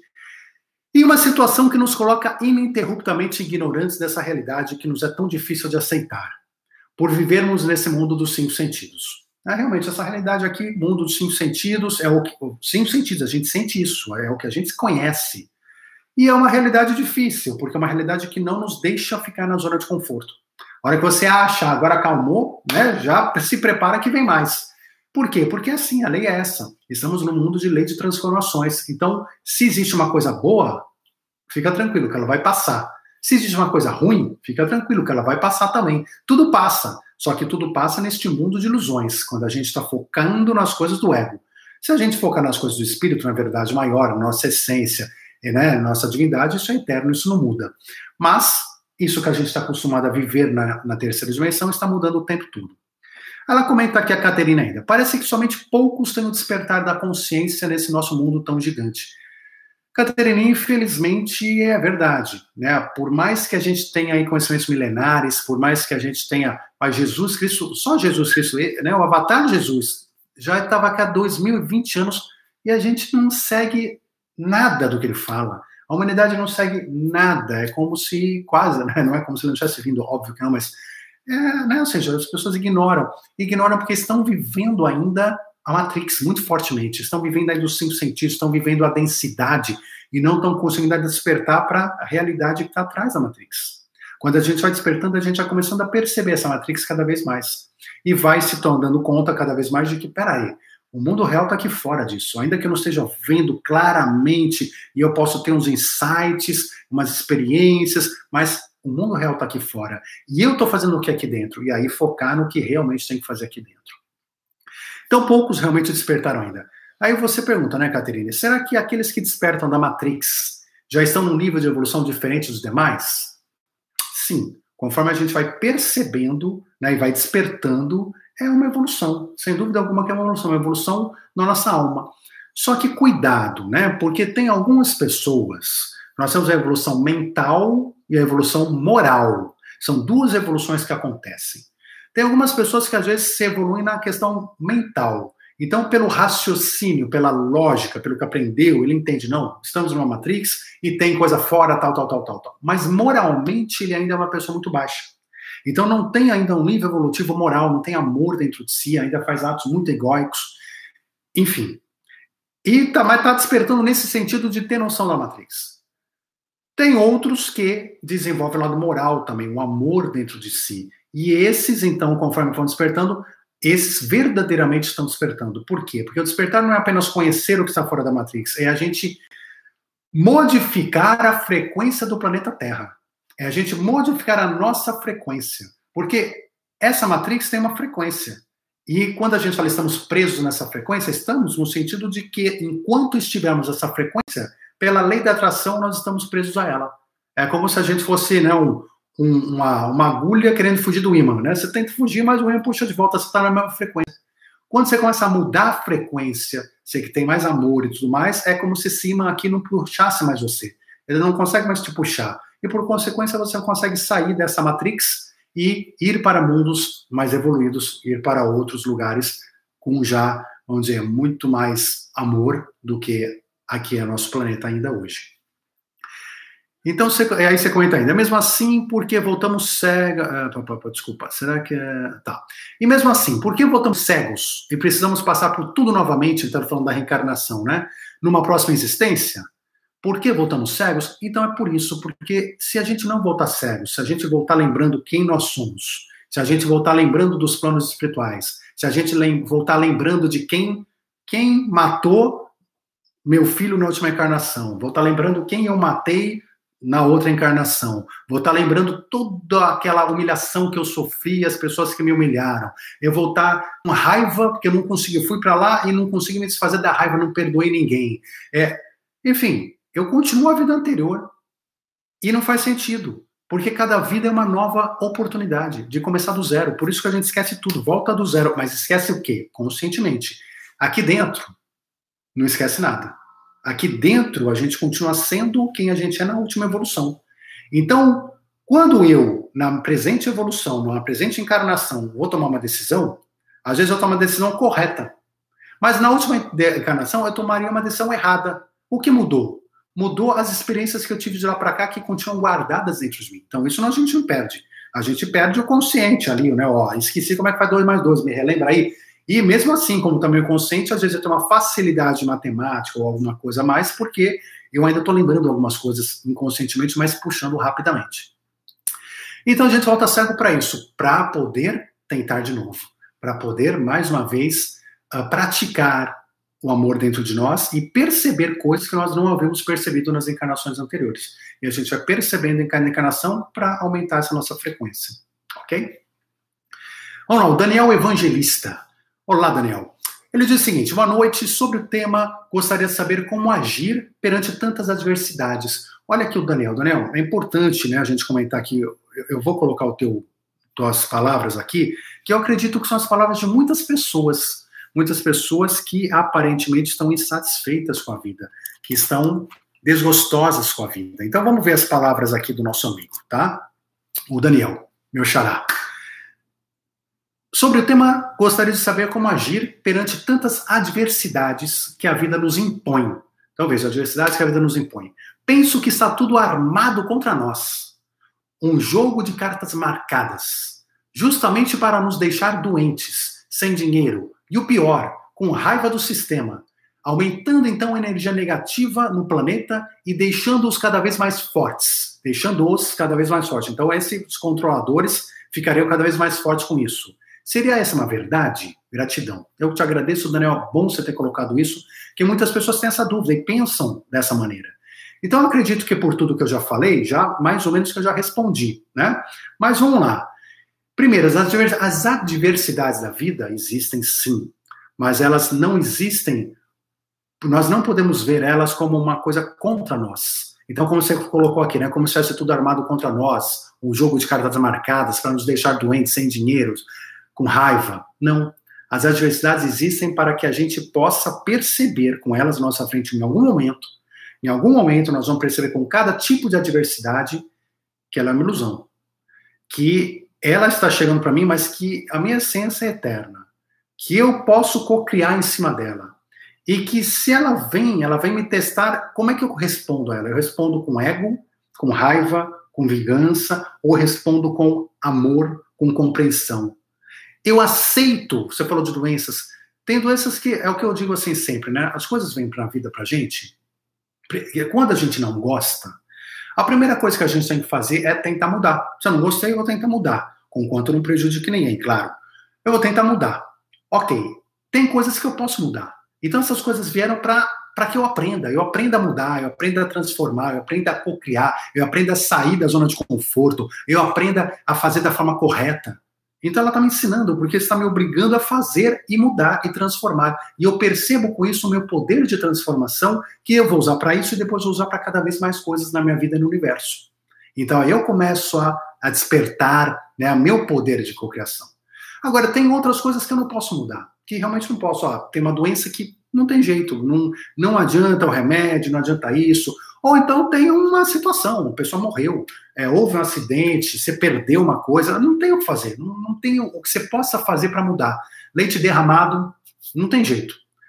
em uma situação que nos coloca ininterruptamente ignorantes dessa realidade que nos é tão difícil de aceitar, por vivermos nesse mundo dos 5 sentidos. Realmente, essa realidade aqui, mundo dos 5 sentidos, é o que, 5 sentidos, a gente sente isso, é o que a gente conhece. E é uma realidade difícil, porque é uma realidade que não nos deixa ficar na zona de conforto. A hora que você acha, agora acalmou, né, já se prepara que vem mais. Por quê? Porque assim, a lei é essa. Estamos num mundo de lei de transformações. Então, se existe uma coisa boa, fica tranquilo que ela vai passar. Se existe uma coisa ruim, fica tranquilo que ela vai passar também. Tudo passa, só que tudo passa neste mundo de ilusões, quando a gente está focando nas coisas do ego. Se a gente focar nas coisas do espírito, na verdade maior, na nossa essência, né, nossa divindade, isso é eterno, isso não muda. Mas isso que a gente está acostumado a viver na terceira dimensão está mudando o tempo todo. Ela comenta aqui, a Caterina ainda, parece que somente poucos têm o despertar da consciência nesse nosso mundo tão gigante. Caterina, infelizmente é verdade, né? Por mais que a gente tenha aí conhecimentos milenares, por mais que a gente tenha a Jesus Cristo, só Jesus Cristo, né? O avatar de Jesus já estava aqui há 2020 anos e a gente não segue nada do que ele fala. A humanidade não segue nada, é como se quase, né? Não é como se ele não tivesse vindo, óbvio que não, mas né? Ou seja, as pessoas ignoram porque estão vivendo ainda a Matrix muito fortemente, estão vivendo ainda os 5 sentidos, estão vivendo a densidade e não estão conseguindo despertar para a realidade que está atrás da Matrix. Quando a gente vai despertando, a gente vai começando a perceber essa Matrix cada vez mais e vai se dando conta cada vez mais de que, peraí, o mundo real está aqui fora disso, ainda que eu não esteja vendo claramente e eu posso ter uns insights, umas experiências, mas o mundo real está aqui fora. E eu estou fazendo o que aqui dentro? E aí focar no que realmente tem que fazer aqui dentro. Então, poucos realmente despertaram ainda. Aí você pergunta, né, Caterine, será que aqueles que despertam da Matrix já estão num nível de evolução diferente dos demais? Sim. Conforme a gente vai percebendo, né, e vai despertando, é uma evolução. Sem dúvida alguma que é uma evolução na nossa alma. Só que cuidado, né, porque tem algumas pessoas, nós temos a evolução mental e a evolução moral. São 2 evoluções que acontecem. Tem algumas pessoas que às vezes se evoluem na questão mental. Então, pelo raciocínio, pela lógica, pelo que aprendeu, ele entende, não, estamos numa Matrix e tem coisa fora, tal. Mas moralmente ele ainda é uma pessoa muito baixa. Então não tem ainda um nível evolutivo moral, não tem amor dentro de si, ainda faz atos muito egóicos. Enfim. Mas está despertando nesse sentido de ter noção da Matrix. Tem outros que desenvolvem o lado moral também, o amor dentro de si. E esses, então, conforme vão despertando, esses verdadeiramente estão despertando. Por quê? Porque o despertar não é apenas conhecer o que está fora da Matrix, é a gente modificar a frequência do planeta Terra. É a gente modificar a nossa frequência. Porque essa Matrix tem uma frequência. E quando a gente fala estamos presos nessa frequência, estamos no sentido de que enquanto estivermos nessa frequência, pela lei da atração, nós estamos presos a ela. É como se a gente fosse, né, uma agulha querendo fugir do ímã. Né? Você tenta fugir, mas o ímã puxa de volta, você está na mesma frequência. Quando você começa a mudar a frequência, você que tem mais amor e tudo mais, é como se esse ímã aqui não puxasse mais você. Ele não consegue mais te puxar. E por consequência, você consegue sair dessa Matrix e ir para mundos mais evoluídos, ir para outros lugares com já, vamos dizer, muito mais amor do que aqui é nosso planeta ainda hoje. Então, aí você comenta ainda, mesmo assim, por que voltamos cegos? Desculpa, será que é... Tá. E mesmo assim, por que voltamos cegos e precisamos passar por tudo novamente, então falando da reencarnação, né? Numa próxima existência? Por que voltamos cegos? Então é por isso, porque se a gente não voltar cegos, se a gente voltar lembrando quem nós somos, se a gente voltar lembrando dos planos espirituais, se a gente voltar lembrando de quem matou meu filho na última encarnação, voltar lembrando quem eu matei na outra encarnação, vou estar lembrando toda aquela humilhação que eu sofri, as pessoas que me humilharam, eu vou estar com raiva, porque eu não consegui, fui para lá e não consegui me desfazer da raiva, não perdoei ninguém. Enfim, eu continuo a vida anterior e não faz sentido, porque cada vida é uma nova oportunidade de começar do zero, por isso que a gente esquece tudo, volta do zero, mas esquece o quê? Conscientemente. Aqui dentro, não esquece nada. Aqui dentro, a gente continua sendo quem a gente é na última evolução. Então, quando eu, na presente evolução, na presente encarnação, vou tomar uma decisão, às vezes eu tomo uma decisão correta. Mas na última encarnação, eu tomaria uma decisão errada. O que mudou? Mudou as experiências que eu tive de lá para cá, que continuam guardadas dentro de mim. Então, isso a gente não perde. A gente perde o consciente ali, né? Ó, esqueci como é que faz 2 mais 2, me relembra aí. E mesmo assim, como também o consciente, às vezes eu tenho uma facilidade de matemática ou alguma coisa a mais, porque eu ainda estou lembrando algumas coisas inconscientemente, mas puxando rapidamente. Então a gente volta cego para isso, para poder tentar de novo, para poder, mais uma vez, praticar o amor dentro de nós e perceber coisas que nós não havíamos percebido nas encarnações anteriores. E a gente vai percebendo em cada encarnação para aumentar essa nossa frequência. Ok? Vamos lá, o Daniel Evangelista. Olá, Daniel. Ele diz o seguinte, boa noite, sobre o tema, gostaria de saber como agir perante tantas adversidades. Olha aqui o Daniel. Daniel, é importante, né, a gente comentar aqui, eu vou colocar tuas palavras aqui, que eu acredito que são as palavras de muitas pessoas que aparentemente estão insatisfeitas com a vida, que estão desgostosas com a vida. Então vamos ver as palavras aqui do nosso amigo, tá? O Daniel, meu xará. Sobre o tema, gostaria de saber como agir perante tantas adversidades que a vida nos impõe. Então, veja, adversidades que a vida nos impõe. Penso que está tudo armado contra nós. Um jogo de cartas marcadas, justamente para nos deixar doentes, sem dinheiro, e o pior, com raiva do sistema, aumentando então a energia negativa no planeta e deixando-os cada vez mais fortes. Então, esses controladores ficariam cada vez mais fortes com isso. Seria essa uma verdade? Gratidão. Eu te agradeço, Daniel, bom você ter colocado isso, que muitas pessoas têm essa dúvida e pensam dessa maneira. Então, eu acredito que por tudo que eu já falei, já mais ou menos que eu já respondi, né? Mas vamos lá. Primeiro, as adversidades da vida existem sim, mas elas não existem, nós não podemos ver elas como uma coisa contra nós. Então, como você colocou aqui, né? Como se fosse tudo armado contra nós, um jogo de cartas marcadas para nos deixar doentes, sem dinheiro, com raiva. Não. As adversidades existem para que a gente possa perceber com elas na nossa frente em algum momento. Em algum momento nós vamos perceber com cada tipo de adversidade que ela é uma ilusão. Que ela está chegando para mim, mas que a minha essência é eterna. Que eu posso co-criar em cima dela. E que se ela vem me testar, como é que eu respondo a ela? Eu respondo com ego, com raiva, com vingança, ou respondo com amor, com compreensão. Eu aceito, você falou de doenças, tem doenças que, é o que eu digo assim sempre, né? As coisas vêm para a vida pra gente, e quando a gente não gosta, A primeira coisa que a gente tem que fazer é tentar mudar. Se eu não gostei, eu vou tentar mudar. Conquanto não prejudique ninguém, claro. Eu vou tentar mudar. Ok, tem coisas que eu posso mudar. Então essas coisas vieram para que eu aprenda a mudar, eu aprenda a transformar, eu aprenda a co-criar, eu aprenda a sair da zona de conforto, eu aprenda a fazer da forma correta. Então ela está me ensinando, porque está me obrigando a fazer e mudar e transformar. E eu percebo com isso o meu poder de transformação, que eu vou usar para isso e depois vou usar para cada vez mais coisas na minha vida e no universo. Então aí eu começo a despertar, né, o meu poder de cocriação. Agora, tem outras coisas que eu não posso mudar, que realmente não posso. Tem uma doença que não tem jeito, não adianta o remédio, não adianta isso. Ou então tem uma situação, a pessoa morreu, houve um acidente, você perdeu uma coisa, não tem o que fazer, não tem o que você possa fazer para mudar. Leite derramado, não tem jeito.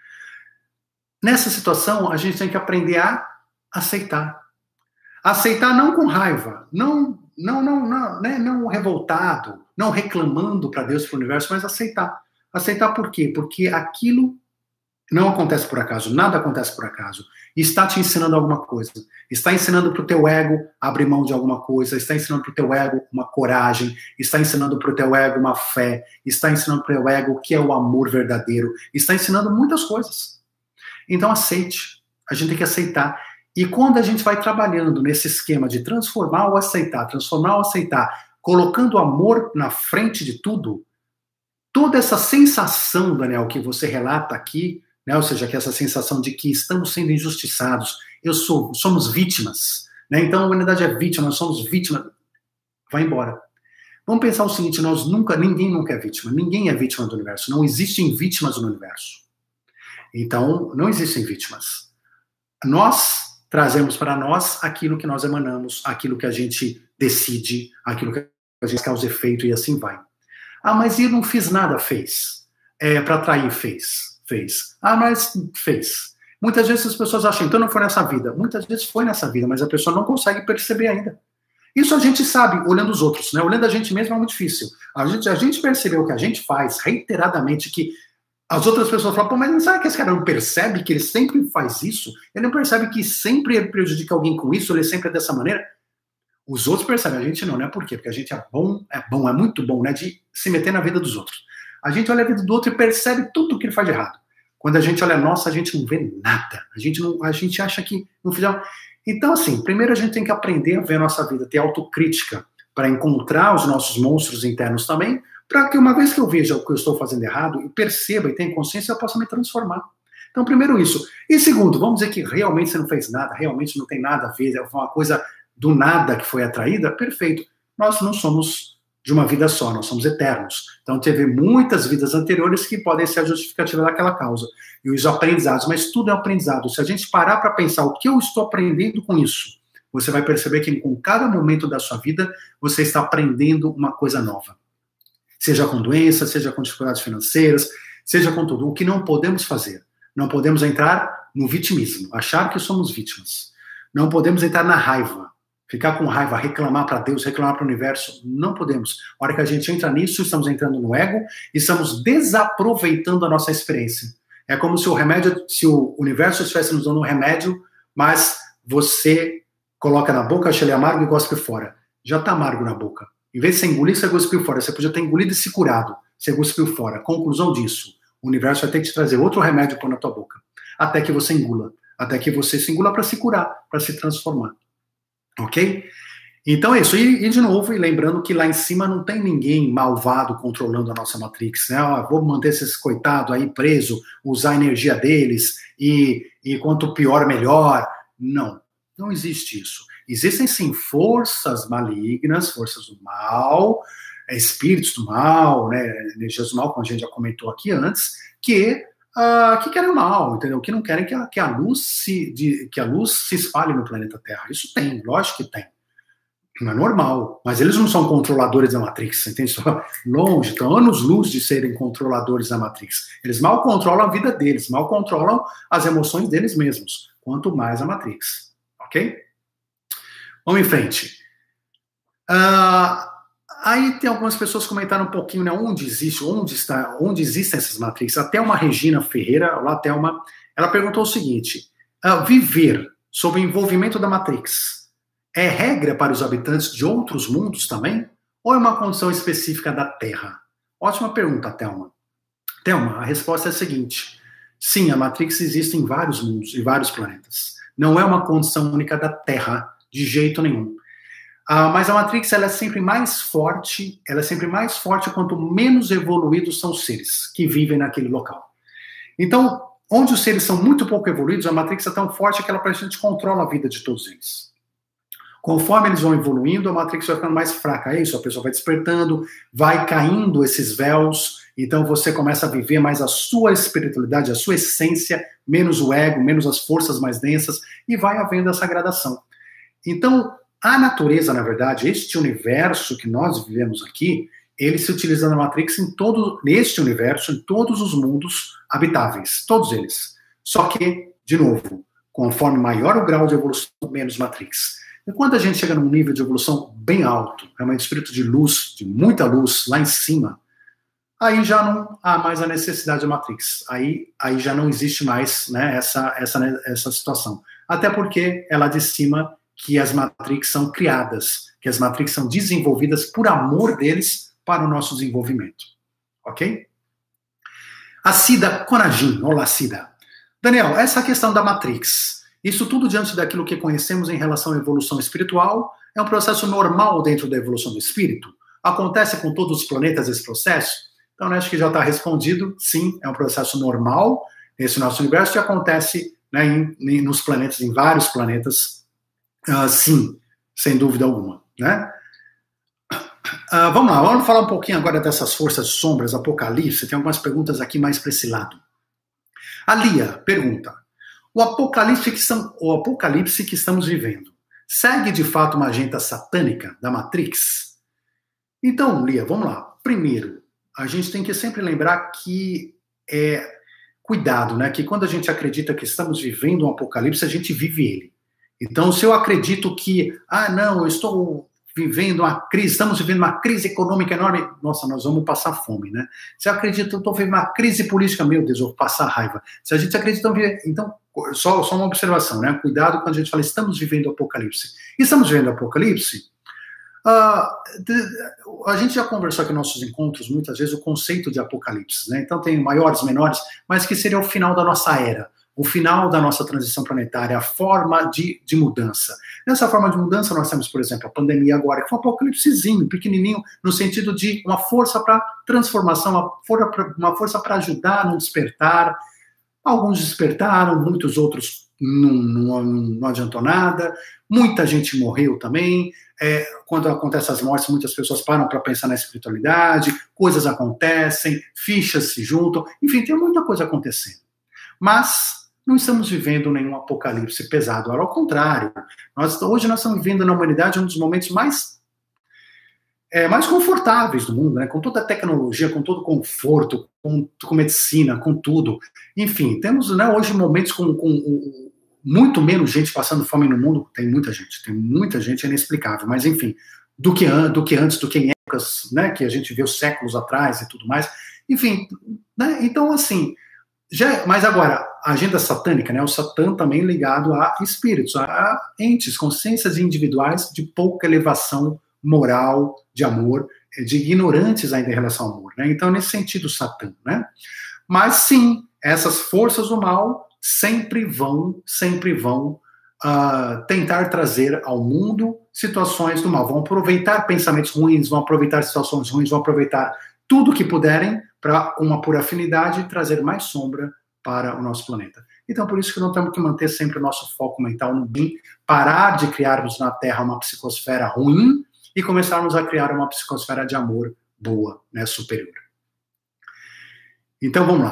Nessa situação, a gente tem que aprender a aceitar. Aceitar não com raiva, não revoltado, não reclamando para Deus, para o universo, mas aceitar. Aceitar por quê? Porque aquilo não acontece por acaso, nada acontece por acaso. Está te ensinando alguma coisa. Está ensinando para o teu ego abrir mão de alguma coisa, está ensinando para o teu ego uma coragem, está ensinando para o teu ego uma fé, está ensinando para o teu ego o que é o amor verdadeiro, está ensinando muitas coisas. Então aceite, a gente tem que aceitar. E quando a gente vai trabalhando nesse esquema de transformar ou aceitar, colocando o amor na frente de tudo, toda essa sensação, Daniel, que você relata aqui, né, ou seja, que essa sensação de que estamos sendo injustiçados, somos vítimas, né, então a humanidade é vítima, nós somos vítimas, vai embora. Vamos pensar o seguinte, ninguém nunca é vítima, ninguém é vítima do universo, não existem vítimas no universo. Então, não existem vítimas. Nós trazemos para nós aquilo que nós emanamos, aquilo que a gente decide, aquilo que a gente causa efeito e assim vai. Ah, mas eu não fiz nada, fez. Para atrair, fez. Ah, mas fez. Muitas vezes as pessoas acham, então não foi nessa vida. Muitas vezes foi nessa vida, mas a pessoa não consegue perceber ainda. Isso a gente sabe olhando os outros, né? Olhando a gente mesmo é muito difícil. A gente percebeu que a gente faz reiteradamente, que as outras pessoas falam, pô, mas não sabe que esse cara não percebe que ele sempre faz isso? Ele não percebe que sempre ele prejudica alguém com isso, ele sempre é dessa maneira? Os outros percebem, a gente não, né? Por quê? Porque a gente é muito bom, né? De se meter na vida dos outros. A gente olha a vida do outro e percebe tudo que ele faz de errado. Quando a gente olha a nossa, a gente não vê nada. A gente acha que não fizeram. Então, assim, primeiro a gente tem que aprender a ver a nossa vida, ter autocrítica, para encontrar os nossos monstros internos também, para que uma vez que eu veja o que eu estou fazendo errado, e perceba e tenha consciência, eu possa me transformar. Então, primeiro isso. E segundo, vamos dizer que realmente você não fez nada, realmente não tem nada a ver, foi uma coisa do nada que foi atraída, perfeito. Nós não somos de uma vida só, nós somos eternos. Então, teve muitas vidas anteriores que podem ser a justificativa daquela causa. E os aprendizados, mas tudo é aprendizado. Se a gente parar para pensar o que eu estou aprendendo com isso, você vai perceber que com cada momento da sua vida, você está aprendendo uma coisa nova. Seja com doença, seja com dificuldades financeiras, seja com tudo. O que não podemos fazer? Não podemos entrar no vitimismo, achar que somos vítimas. Não podemos entrar na raiva, ficar com raiva, reclamar para Deus, reclamar para o universo. Não podemos. A hora que a gente entra nisso, estamos entrando no ego e estamos desaproveitando a nossa experiência. É como se se o universo estivesse nos dando um remédio, mas você coloca na boca, acha ele amargo e cospe fora. Já está amargo na boca. Em vez de você engolir, você cuspiu fora. Você podia ter engolido e se curado. Você cuspiu fora. Conclusão disso, o universo vai ter que te trazer outro remédio para na tua boca. Até que você engula. Até que você se engula para se curar, para se transformar. Ok? Então é isso. E de novo, e lembrando que lá em cima não tem ninguém malvado controlando a nossa Matrix, né? Vou manter esses coitados aí presos, usar a energia deles, e quanto pior, melhor. Não existe isso. Existem sim forças malignas, forças do mal, espíritos do mal, né? Energias do mal, como a gente já comentou aqui antes, que querem o mal, entendeu? Que não querem que a luz se espalhe no planeta Terra. Isso tem, lógico que tem. Não é normal, mas eles não são controladores da Matrix, entende? Estão longe, estão anos-luz de serem controladores da Matrix. Eles mal controlam a vida deles, mal controlam as emoções deles mesmos, quanto mais a Matrix, ok? Vamos em frente. Aí tem algumas pessoas que comentaram um pouquinho, né, onde existem essas Matrix. Até uma Regina Ferreira, lá até ela perguntou o seguinte, viver sob o envolvimento da Matrix é regra para os habitantes de outros mundos também? Ou é uma condição específica da Terra? Ótima pergunta, Thelma. Thelma, a resposta é a seguinte. Sim, a Matrix existe em vários mundos e vários planetas. Não é uma condição única da Terra, de jeito nenhum. Mas a Matrix ela é sempre mais forte quanto menos evoluídos são os seres que vivem naquele local. Então, onde os seres são muito pouco evoluídos, a Matrix é tão forte que ela praticamente controla a vida de todos eles. Conforme eles vão evoluindo, a Matrix vai ficando mais fraca. É isso, a pessoa vai despertando, vai caindo esses véus, então você começa a viver mais a sua espiritualidade, a sua essência, menos o ego, menos as forças mais densas, e vai havendo essa gradação. Então, a natureza, na verdade, este universo que nós vivemos aqui, ele se utiliza na Matrix neste universo, em todos os mundos habitáveis, todos eles. Só que, de novo, conforme maior o grau de evolução, menos Matrix. E quando a gente chega num nível de evolução bem alto, é um espírito de luz, de muita luz, lá em cima, aí já não há mais a necessidade de Matrix. Aí já não existe mais, né, essa situação. Até porque é lá de cima que as Matrix são criadas, que as Matrix são desenvolvidas por amor deles para o nosso desenvolvimento. Ok? A Cida Conagin. Olá, Cida. Daniel, essa questão da Matrix, isso tudo diante daquilo que conhecemos em relação à evolução espiritual, é um processo normal dentro da evolução do espírito? Acontece com todos os planetas esse processo? Então, acho que já está respondido. Sim, é um processo normal nesse nosso universo que acontece, né, nos planetas, em vários planetas. Sim, sem dúvida alguma, né? Vamos lá, vamos falar um pouquinho agora dessas forças sombras, Apocalipse. Tem algumas perguntas aqui mais para esse lado. A Lia pergunta: o apocalipse que estamos vivendo segue de fato uma agenda satânica da Matrix? Então, Lia, vamos lá. Primeiro, a gente tem que sempre lembrar que cuidado, né? Que quando a gente acredita que estamos vivendo um apocalipse, a gente vive ele. Então, se eu acredito que, não, eu estou vivendo uma crise, estamos vivendo uma crise econômica enorme, nossa, nós vamos passar fome, né? Se eu acredito que eu estou vivendo uma crise política, meu Deus, eu vou passar raiva. Se a gente acredita, então, só uma observação, né? Cuidado quando a gente fala, estamos vivendo o apocalipse. Estamos vivendo o apocalipse? A gente já conversou aqui nos nossos encontros, muitas vezes, o conceito de apocalipse, né? Então, tem maiores, menores, mas que seria o final da nossa era, o final da nossa transição planetária, a forma de mudança. Nessa forma de mudança, nós temos, por exemplo, a pandemia agora, que foi um apocalipsezinho, pequenininho, no sentido de uma força para transformação, uma força para ajudar no despertar. Alguns despertaram, muitos outros não adiantou nada, muita gente morreu também. Quando acontecem as mortes, muitas pessoas param para pensar na espiritualidade, coisas acontecem, fichas se juntam, enfim, tem muita coisa acontecendo. Mas não estamos vivendo nenhum apocalipse pesado, ao contrário. Hoje nós estamos vivendo na humanidade um dos momentos mais confortáveis do mundo, né? Com toda a tecnologia, com todo o conforto, com medicina, com tudo. Enfim, temos, né, hoje momentos com muito menos gente passando fome no mundo. Tem muita gente, é inexplicável, mas enfim, do que antes, do que em épocas, né, que a gente viu séculos atrás e tudo mais. Enfim, né? Então, assim, mas agora, a agenda satânica, né, o Satã também ligado a espíritos, a entes, consciências individuais de pouca elevação moral, de amor, de ignorantes ainda em relação ao amor, né? Então, nesse sentido, Satã, né? Mas sim, essas forças do mal sempre vão tentar trazer ao mundo situações do mal, vão aproveitar pensamentos ruins, vão aproveitar situações ruins, vão aproveitar tudo que puderem para, por afinidade, trazer mais sombra para o nosso planeta. Então, por isso que nós temos que manter sempre o nosso foco mental no bem, parar de criarmos na Terra uma psicosfera ruim e começarmos a criar uma psicosfera de amor boa, né, superior. Então, vamos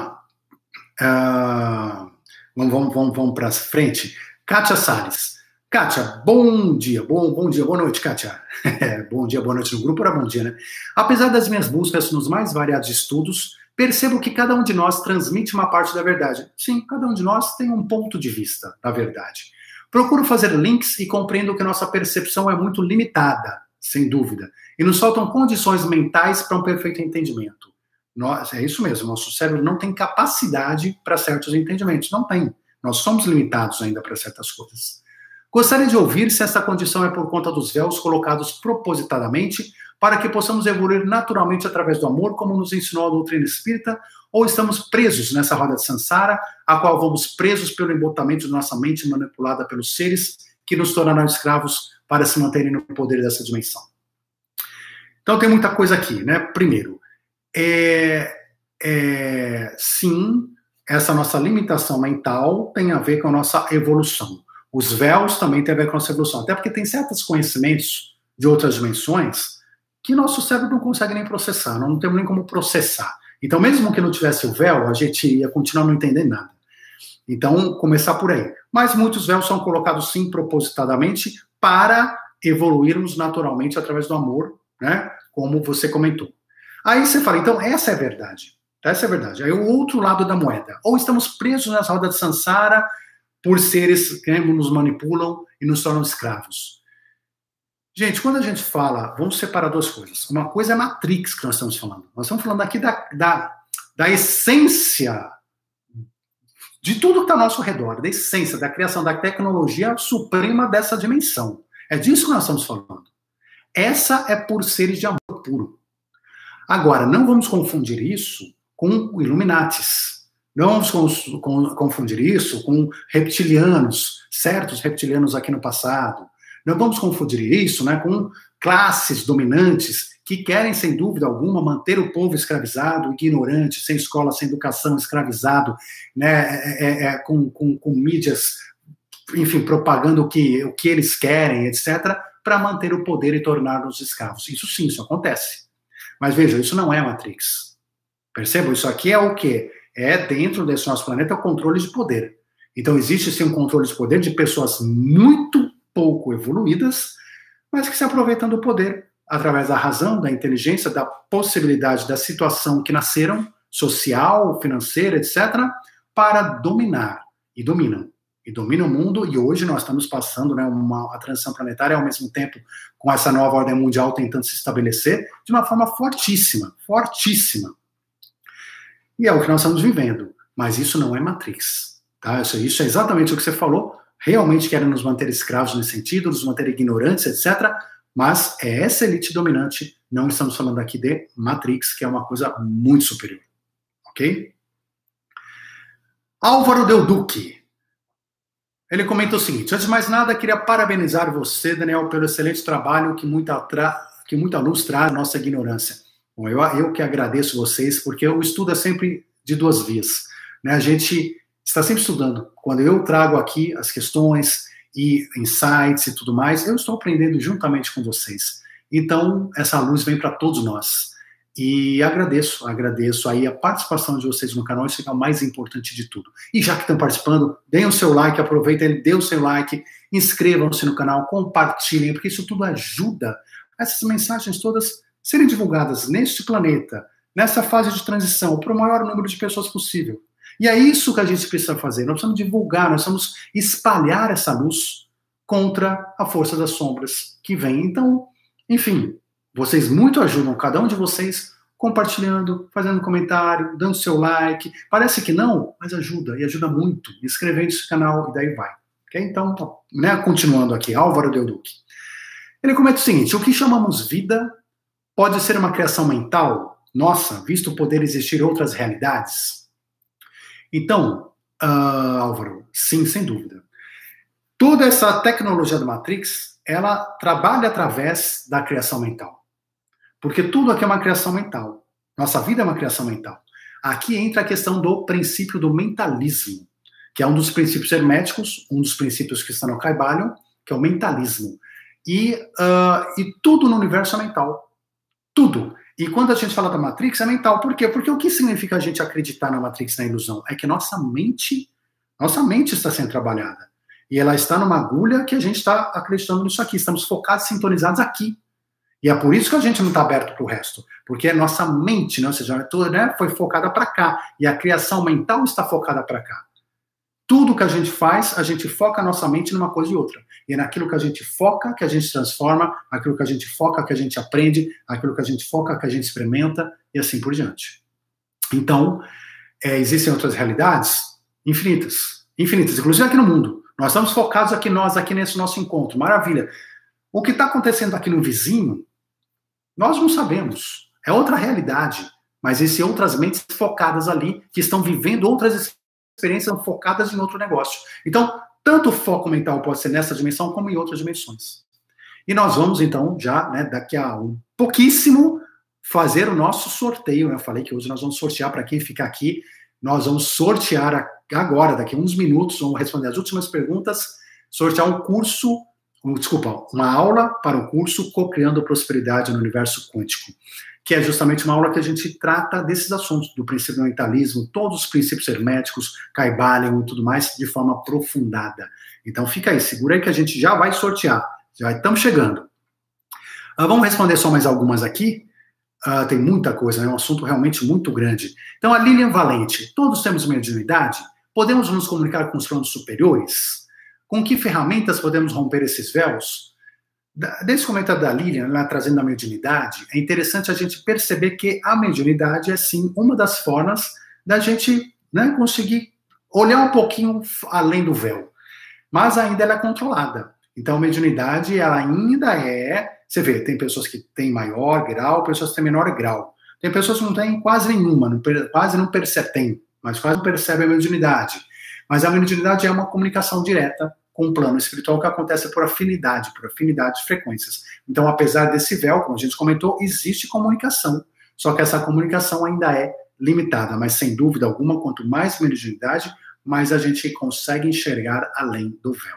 lá. Vamos para frente. Kátia Salles. Kátia, bom dia, bom dia, boa noite, Kátia. Bom dia, boa noite no grupo, era bom dia, né? Apesar das minhas buscas nos mais variados estudos, percebo que cada um de nós transmite uma parte da verdade. Sim, cada um de nós tem um ponto de vista da verdade. Procuro fazer links e compreendo que nossa percepção é muito limitada, sem dúvida, e nos faltam condições mentais para um perfeito entendimento. É isso mesmo, nosso cérebro não tem capacidade para certos entendimentos, não tem. Nós somos limitados ainda para certas coisas. Gostaria de ouvir se essa condição é por conta dos véus colocados propositadamente para que possamos evoluir naturalmente através do amor, como nos ensinou a doutrina espírita, ou estamos presos nessa roda de samsara, a qual vamos presos pelo embotamento de nossa mente manipulada pelos seres que nos tornarão escravos para se manterem no poder dessa dimensão. Então tem muita coisa aqui, né? Primeiro, sim, essa nossa limitação mental tem a ver com a nossa evolução. Os véus também têm a ver com a nossa evolução, até porque tem certos conhecimentos de outras dimensões que nosso cérebro não consegue nem processar, não temos nem como processar. Então, mesmo que não tivesse o véu, a gente ia continuar não entendendo nada. Então, começar por aí. Mas muitos véus são colocados, sim, propositadamente, para evoluirmos naturalmente através do amor, né? Como você comentou. Aí você fala, então, essa é a verdade. Essa é a verdade. Aí o outro lado da moeda. Ou estamos presos nessa roda de samsara por seres que nos manipulam e nos tornam escravos. Gente, quando a gente fala, vamos separar duas coisas. Uma coisa é a Matrix que nós estamos falando. Nós estamos falando aqui da essência de tudo que está ao nosso redor, da essência, da criação da tecnologia suprema dessa dimensão. É disso que nós estamos falando. Essa é por seres de amor puro. Agora, não vamos confundir isso com Illuminatis. Não vamos confundir isso com reptilianos, certos reptilianos aqui no passado. Não vamos confundir isso, né, com classes dominantes que querem, sem dúvida alguma, manter o povo escravizado, ignorante, sem escola, sem educação, escravizado, né, com mídias, enfim, propagando o que eles querem, etc., para manter o poder e tornar-nos escravos. Isso sim, isso acontece. Mas veja, isso não é a Matrix. Percebam? Isso aqui é o quê? É, dentro desse nosso planeta, o controle de poder. Então, existe sim um controle de poder de pessoas muito pouco evoluídas, mas que se aproveitam do poder através da razão, da inteligência, da possibilidade da situação que nasceram, social, financeira, etc., para dominar. E dominam. E dominam o mundo, e hoje nós estamos passando, né, a transição planetária, ao mesmo tempo com essa nova ordem mundial tentando se estabelecer de uma forma fortíssima, fortíssima. E é o que nós estamos vivendo. Mas isso não é Matrix. Tá? Isso é exatamente o que você falou. Realmente querem nos manter escravos nesse sentido, nos manter ignorantes, etc. Mas é essa elite dominante, não estamos falando aqui de Matrix, que é uma coisa muito superior. Ok? Álvaro Del Duque. Ele comenta o seguinte: antes de mais nada, queria parabenizar você, Daniel, pelo excelente trabalho que muita luz traz à nossa ignorância. Bom, eu que agradeço vocês, porque o estudo é sempre de duas vias. Né? A gente está sempre estudando. Quando eu trago aqui as questões e insights e tudo mais, eu estou aprendendo juntamente com vocês. Então, essa luz vem para todos nós. E agradeço aí a participação de vocês no canal, isso é o mais importante de tudo. E já que estão participando, deem o seu like, aproveitem, dê o seu like, inscrevam-se no canal, compartilhem, porque isso tudo ajuda essas mensagens todas serem divulgadas neste planeta, nessa fase de transição, para o maior número de pessoas possível. E é isso que a gente precisa fazer. Nós precisamos divulgar, nós precisamos espalhar essa luz contra a força das sombras que vem. Então, enfim, vocês muito ajudam, cada um de vocês, compartilhando, fazendo comentário, dando seu like. Parece que não, mas ajuda, e ajuda muito. Inscrevendo esse canal, e daí vai. Okay? Então, né, continuando aqui, Álvaro Del Duque. Ele comenta o seguinte: o que chamamos vida pode ser uma criação mental nossa, visto poder existir outras realidades? Então, Álvaro, sim, sem dúvida. Toda essa tecnologia da Matrix, ela trabalha através da criação mental. Porque tudo aqui é uma criação mental. Nossa vida é uma criação mental. Aqui entra a questão do princípio do mentalismo, que é um dos princípios herméticos, um dos princípios que está no Kybalion, que é o mentalismo. E tudo no universo é mental. Tudo. E quando a gente fala da Matrix, é mental. Por quê? Porque o que significa a gente acreditar na Matrix, na ilusão? É que nossa mente está sendo trabalhada. E ela está numa agulha que a gente está acreditando nisso aqui. Estamos focados, sintonizados aqui. E é por isso que a gente não está aberto para o resto. Porque a nossa mente, né, ou seja, toda, né, foi focada para cá. E a criação mental está focada para cá. Tudo que a gente faz, a gente foca a nossa mente numa coisa e outra. E é naquilo que a gente foca, que a gente transforma, aquilo que a gente foca, que a gente aprende, aquilo que a gente foca, que a gente experimenta, e assim por diante. Então, existem outras realidades infinitas. Infinitas, inclusive aqui no mundo. Nós estamos focados aqui, nós, aqui nesse nosso encontro. Maravilha. O que está acontecendo aqui no vizinho, nós não sabemos. É outra realidade. Mas existem outras mentes focadas ali, que estão vivendo outras experiências focadas em outro negócio. Então, tanto o foco mental pode ser nessa dimensão, como em outras dimensões. E nós vamos, então, já, né, daqui a um pouquíssimo, fazer o nosso sorteio. Eu falei que hoje nós vamos sortear para quem ficar aqui. Nós vamos sortear agora, daqui a uns minutos, vamos responder as últimas perguntas, sortear um curso, uma aula para o curso Co-Criando Prosperidade no Universo Quântico, que é justamente uma aula que a gente trata desses assuntos, do princípio do mentalismo, todos os princípios herméticos, Kybalion e tudo mais, de forma aprofundada. Então fica aí, segura aí que a gente já vai sortear. Já estamos chegando. Vamos responder só mais algumas aqui. Tem muita coisa, é um assunto realmente muito grande. Então, a Lilian Valente. Todos temos mediunidade? Podemos nos comunicar com os planos superiores? Com que ferramentas podemos romper esses véus? Desse comentário da Lilian, lá trazendo a mediunidade, é interessante a gente perceber que a mediunidade é, sim, uma das formas da gente, né, conseguir olhar um pouquinho além do véu. Mas ainda ela é controlada. Então, a mediunidade, ela ainda é... Você vê, tem pessoas que têm maior grau, pessoas que têm menor grau. Tem pessoas que não têm quase nenhuma, quase não percebem, mas quase não percebem a mediunidade. Mas a mediunidade é uma comunicação direta com o plano espiritual que acontece por afinidade de frequências. Então, apesar desse véu, como a gente comentou, existe comunicação. Só que essa comunicação ainda é limitada, mas sem dúvida alguma, quanto mais mediunidade, mais a gente consegue enxergar além do véu.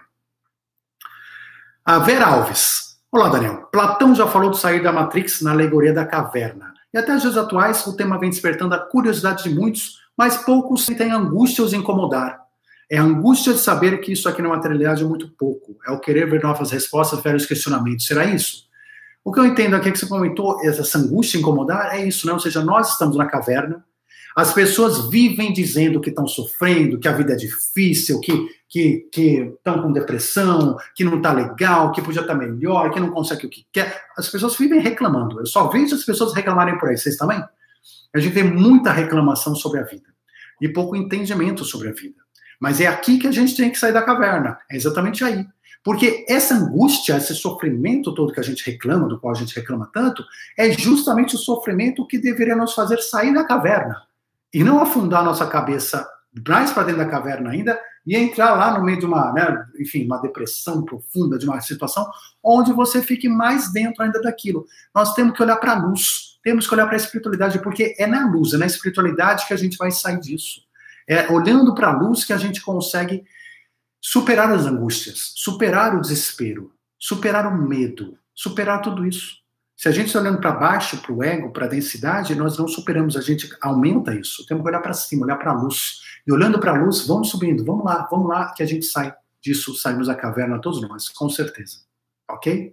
A Vera Alves. Olá, Daniel. Platão já falou de sair da Matrix na alegoria da caverna. E até os dias atuais, o tema vem despertando a curiosidade de muitos, mas poucos sentem angústia os incomodar. É a angústia de saber que isso aqui na materialidade é muito pouco. É o querer ver novas respostas, velhos questionamentos. Será isso? O que eu entendo aqui que você comentou, essa angústia incomodar, é isso, né? Ou seja, nós estamos na caverna, as pessoas vivem dizendo que estão sofrendo, que a vida é difícil, que estão com depressão, que não está legal, que podia estar melhor, que não consegue o que quer. As pessoas vivem reclamando. Eu só vejo as pessoas reclamarem por aí. Vocês também? A gente vê muita reclamação sobre a vida e pouco entendimento sobre a vida. Mas é aqui que a gente tem que sair da caverna. É exatamente aí. Porque essa angústia, esse sofrimento todo que a gente reclama, do qual a gente reclama tanto, é justamente o sofrimento que deveria nos fazer sair da caverna. E não afundar nossa cabeça mais para dentro da caverna ainda e entrar lá no meio de uma, né, enfim, uma depressão profunda, de uma situação onde você fique mais dentro ainda daquilo. Nós temos que olhar para a luz, temos que olhar para a espiritualidade, porque é na luz, é na espiritualidade que a gente vai sair disso. É olhando para a luz que a gente consegue superar as angústias, superar o desespero, superar o medo, superar tudo isso. Se a gente está olhando para baixo, para o ego, para a densidade, nós não superamos, a gente aumenta isso. Temos que olhar para cima, olhar para a luz. E olhando para a luz, vamos subindo, vamos lá, que a gente sai disso, saímos da caverna, todos nós, com certeza. Ok?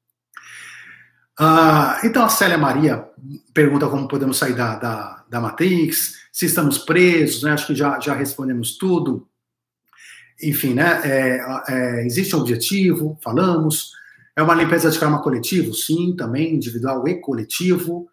Então a Célia Maria pergunta como podemos sair da Matrix, se estamos presos, né? Acho que já respondemos tudo. Enfim, né? Existe um objetivo, falamos. É uma limpeza de karma coletivo? Sim, também, individual e coletivo.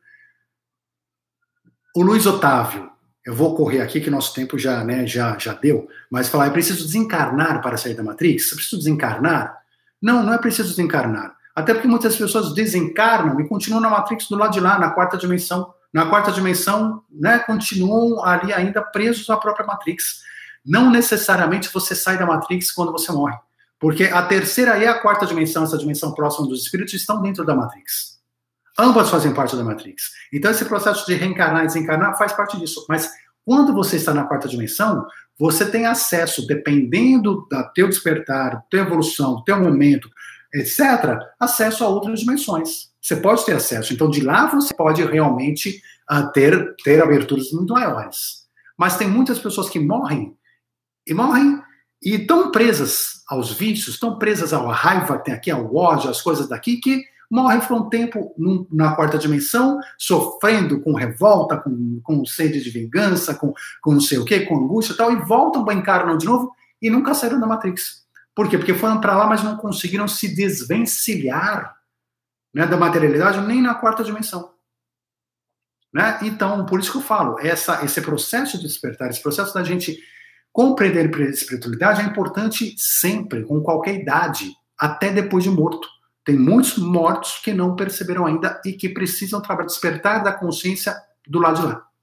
O Luiz Otávio, eu vou correr aqui que nosso tempo já deu, mas falar, é preciso desencarnar para sair da Matrix? É preciso desencarnar? Não, não é preciso desencarnar. Até porque muitas pessoas desencarnam e continuam na Matrix do lado de lá, na quarta dimensão. Na quarta dimensão, né, continuam ali ainda presos à própria Matrix. Não necessariamente você sai da Matrix quando você morre. Porque a terceira e a quarta dimensão, essa dimensão próxima dos espíritos, estão dentro da Matrix. Ambas fazem parte da Matrix. Então, esse processo de reencarnar e desencarnar faz parte disso. Mas, quando você está na quarta dimensão, você tem acesso, dependendo do teu despertar, tua evolução, do teu momento, etc., acesso a outras dimensões. Você pode ter acesso. Então, de lá, você pode realmente ter aberturas muito maiores. Mas tem muitas pessoas que morrem e estão presas aos vícios, estão presas à raiva que tem aqui, ao ódio, às coisas daqui, que morrem por um tempo na quarta dimensão, sofrendo com revolta, com sede de vingança, com não sei o quê, com angústia e tal, e voltam, encarnam de novo e nunca saíram da Matrix. Por quê? Porque foram para lá, mas não conseguiram se desvencilhar, né, da materialidade nem na quarta dimensão. Né? Então, por isso que eu falo, esse processo de despertar, esse processo da gente Compreender espiritualidade é importante sempre, com qualquer idade, até depois de morto. Tem muitos mortos que não perceberam ainda e que precisam despertar da consciência do lado de lá. O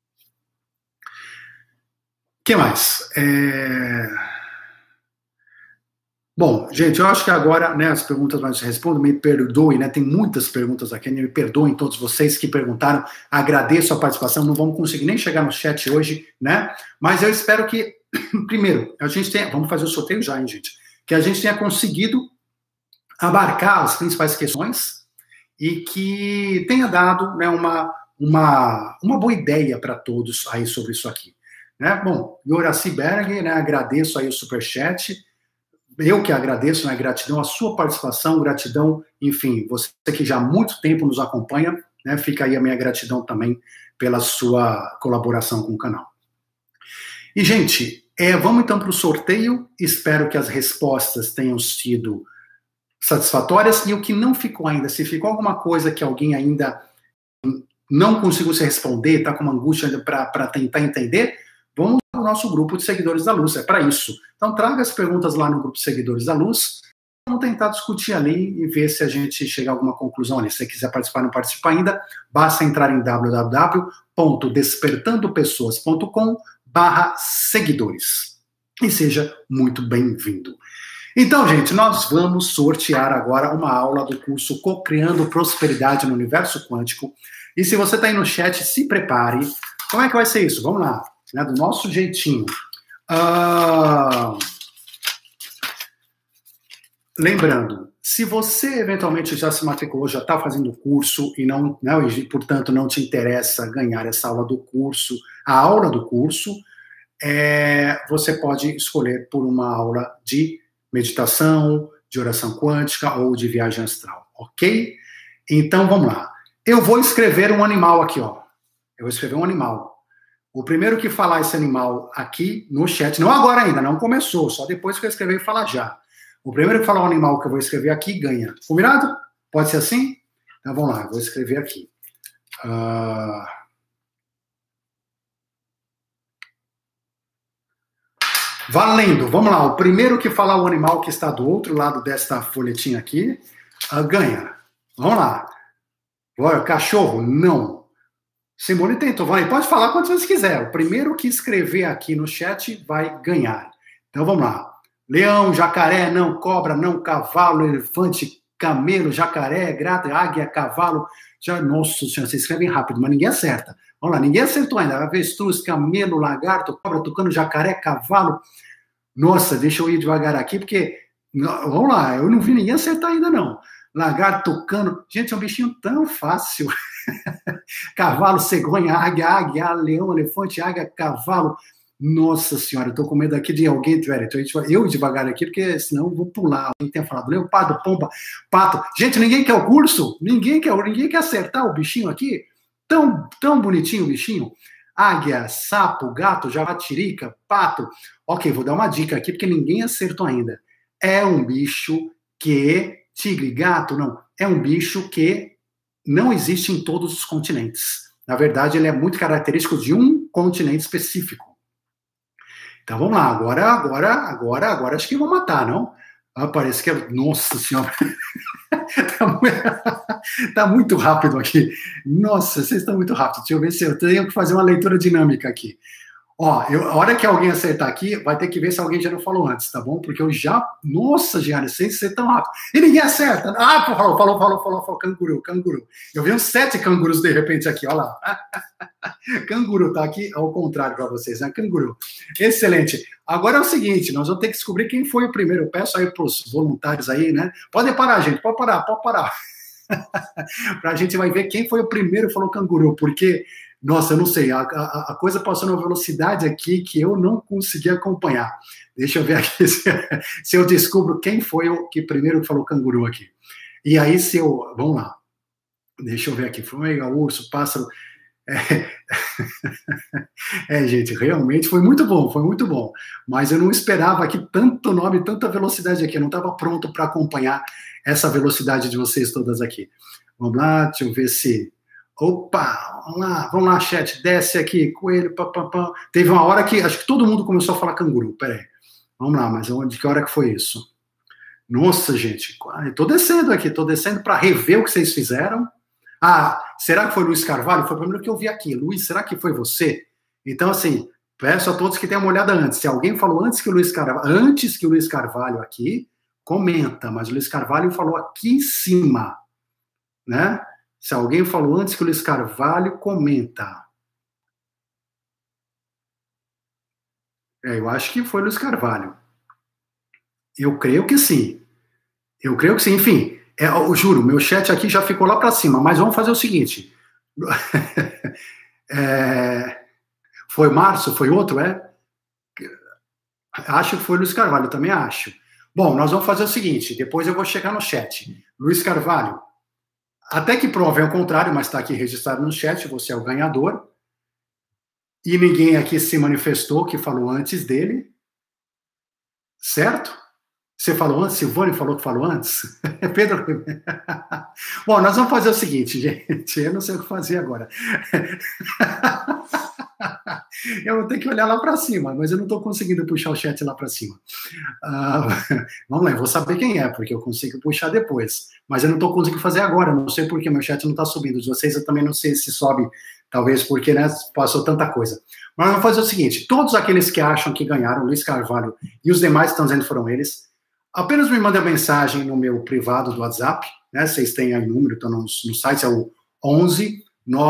que mais? Bom, gente, eu acho que agora, né, as perguntas mais respondem, me perdoe, né, tem muitas perguntas aqui, me perdoem todos vocês que perguntaram, agradeço a participação, não vamos conseguir nem chegar no chat hoje, né, mas eu espero que, primeiro, a gente tenha, vamos fazer o sorteio já, hein, gente, que a gente tenha conseguido abarcar as principais questões e que tenha dado, né, uma boa ideia para todos aí sobre isso aqui, né. Bom, Yoraci Berg, né, agradeço aí o superchat. Eu que agradeço, né, gratidão a sua participação, gratidão, enfim, você que já há muito tempo nos acompanha, né, fica aí a minha gratidão também pela sua colaboração com o canal. E, gente, vamos então para o sorteio, espero que as respostas tenham sido satisfatórias, e o que não ficou ainda, se ficou alguma coisa que alguém ainda não conseguiu se responder, está com uma angústia ainda para tentar entender, vamos ao nosso grupo de Seguidores da Luz, é para isso. Então traga as perguntas lá no grupo de Seguidores da Luz, vamos tentar discutir ali e ver se a gente chega a alguma conclusão ali. Se você quiser participar, não participa ainda, basta entrar em www.despertandopessoas.com/seguidores. E seja muito bem-vindo. Então, gente, nós vamos sortear agora uma aula do curso Co-Criando Prosperidade no Universo Quântico. E se você está aí no chat, se prepare. Como é que vai ser isso? Vamos lá. Né, do nosso jeitinho. Lembrando, se você eventualmente já se matriculou, já está fazendo o curso e não, né, e, portanto, não te interessa ganhar essa aula do curso, a aula do curso, você pode escolher por uma aula de meditação, de oração quântica ou de viagem astral, ok? Então, vamos lá. Eu vou escrever um animal aqui, ó. Eu vou escrever um animal. O primeiro que falar esse animal aqui no chat, não agora ainda, não começou, só depois que eu escrever e falar já. O primeiro que falar o animal que eu vou escrever aqui ganha. Combinado? Pode ser assim? Então vamos lá, eu vou escrever aqui. Valendo, vamos lá. O primeiro que falar o animal que está do outro lado desta folhetinha aqui, ganha. Vamos lá. Cachorro? Não. Simone tentou, vai, pode falar quantas vezes quiser. O primeiro que escrever aqui no chat vai ganhar. Então vamos lá. Leão, jacaré, não, cobra, não, cavalo, elefante, camelo, jacaré, grata, águia, cavalo. Nossa senhora, vocês escrevem rápido, mas ninguém acerta. Vamos lá, ninguém acertou ainda. Avestruz, camelo, lagarto, cobra, tucano, jacaré, cavalo. Nossa, deixa eu ir devagar aqui, porque, vamos lá, eu não vi ninguém acertar ainda não. Lagarto, tucano, gente, é um bichinho tão fácil. Cavalo, cegonha, águia, leão, elefante, águia, cavalo. Nossa senhora, eu tô com medo aqui de alguém, velho. Eu devagar aqui, porque senão eu vou pular. Alguém tenha falado leopardo, pomba, pato. Gente, ninguém quer o curso? Ninguém quer acertar o bichinho aqui? Tão bonitinho o bichinho. Águia, sapo, gato, javatirica, pato. Ok, vou dar uma dica aqui, porque ninguém acertou ainda. É um bicho que... Tigre, gato, não. É um bicho que não existe em todos os continentes. Na verdade, ele é muito característico de um continente específico. Então, vamos lá. Agora acho que vou matar, não? Parece que é... Nossa Senhora. Tá muito rápido aqui. Nossa, vocês estão muito rápidos. Deixa eu ver se eu tenho que fazer uma leitura dinâmica aqui. Ó, a hora que alguém acertar aqui, vai ter que ver se alguém já não falou antes, tá bom? Porque eu já... Nossa, Giana, sem ser tão rápido. E ninguém acerta. Falou, canguru. Eu vi uns 7 cangurus de repente aqui, ó lá. Canguru, tá aqui ao contrário para vocês, né? Canguru. Excelente. Agora é o seguinte, nós vamos ter que descobrir quem foi o primeiro. Eu peço aí pros voluntários aí, né? Podem parar, gente, pode parar. A gente vai ver quem foi o primeiro que falou canguru, porque... Nossa, eu não sei, a coisa passou numa velocidade aqui que eu não consegui acompanhar. Deixa eu ver aqui se eu descubro quem foi o que primeiro falou canguru aqui. E aí vamos lá. Deixa eu ver aqui. Formiga, urso, pássaro. Gente, realmente foi muito bom. Mas eu não esperava aqui tanto nome, tanta velocidade aqui. Eu não estava pronto para acompanhar essa velocidade de vocês todas aqui. Vamos lá, deixa eu ver se... Opa, vamos lá, chat, desce aqui, coelho, papapá. Teve uma hora que, acho que todo mundo começou a falar canguru, peraí. Vamos lá, mas de que hora que foi isso? Nossa, gente, estou descendo aqui, estou descendo para rever o que vocês fizeram. Ah, será que foi Luiz Carvalho? Foi o primeiro que eu vi aqui. Luiz, será que foi você? Então, assim, peço a todos que tenham uma olhada antes. Se alguém falou antes que o Luiz Carvalho aqui, comenta, mas o Luiz Carvalho falou aqui em cima, né? Se alguém falou antes que o Luiz Carvalho, comenta. Eu acho que foi Luiz Carvalho. Eu creio que sim. Eu creio que sim. Enfim, eu juro, meu chat aqui já ficou lá para cima, mas vamos fazer o seguinte. Foi Márcio? Foi outro, é? Acho que foi Luiz Carvalho, também acho. Bom, nós vamos fazer o seguinte, depois eu vou chegar no chat. Luiz Carvalho, até que prove ao contrário, mas está aqui registrado no chat, você é o ganhador. E ninguém aqui se manifestou que falou antes dele. Certo? Você falou antes? Silvane falou que falou antes? Pedro. Bom, nós vamos fazer o seguinte, gente. Eu não sei o que fazer agora. Eu vou ter que olhar lá para cima, mas eu não estou conseguindo puxar o chat lá para cima. Vamos lá, eu vou saber quem é, porque eu consigo puxar depois. Mas eu não estou conseguindo fazer agora, não sei porque meu chat não está subindo. De vocês eu também não sei se sobe, talvez porque, né, passou tanta coisa. Mas vamos fazer o seguinte, todos aqueles que acham que ganharam, Luiz Carvalho e os demais estão dizendo que foram eles, apenas me mandem mensagem no meu privado do WhatsApp, né, vocês têm aí o número, estão no site, é o 11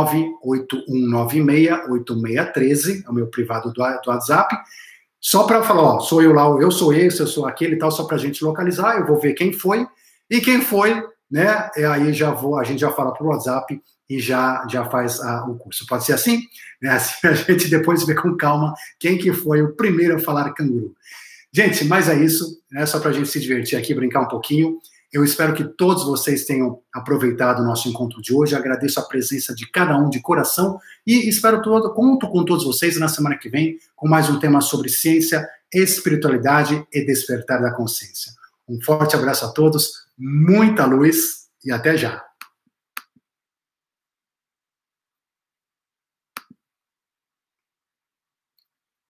981968613, é o meu privado do WhatsApp, só para falar, ó, sou eu lá, eu sou esse, eu sou aquele e tal, só para a gente localizar, eu vou ver quem foi, e quem foi, né, aí a gente já fala pro WhatsApp e já faz o curso. Pode ser assim? Né, assim a gente depois vê com calma quem que foi o primeiro a falar canguru. Gente, mas é isso, né, só para a gente se divertir aqui, brincar um pouquinho. Eu espero que todos vocês tenham aproveitado o nosso encontro de hoje. Agradeço a presença de cada um de coração e conto com todos vocês na semana que vem com mais um tema sobre ciência, espiritualidade e despertar da consciência. Um forte abraço a todos, muita luz e até já.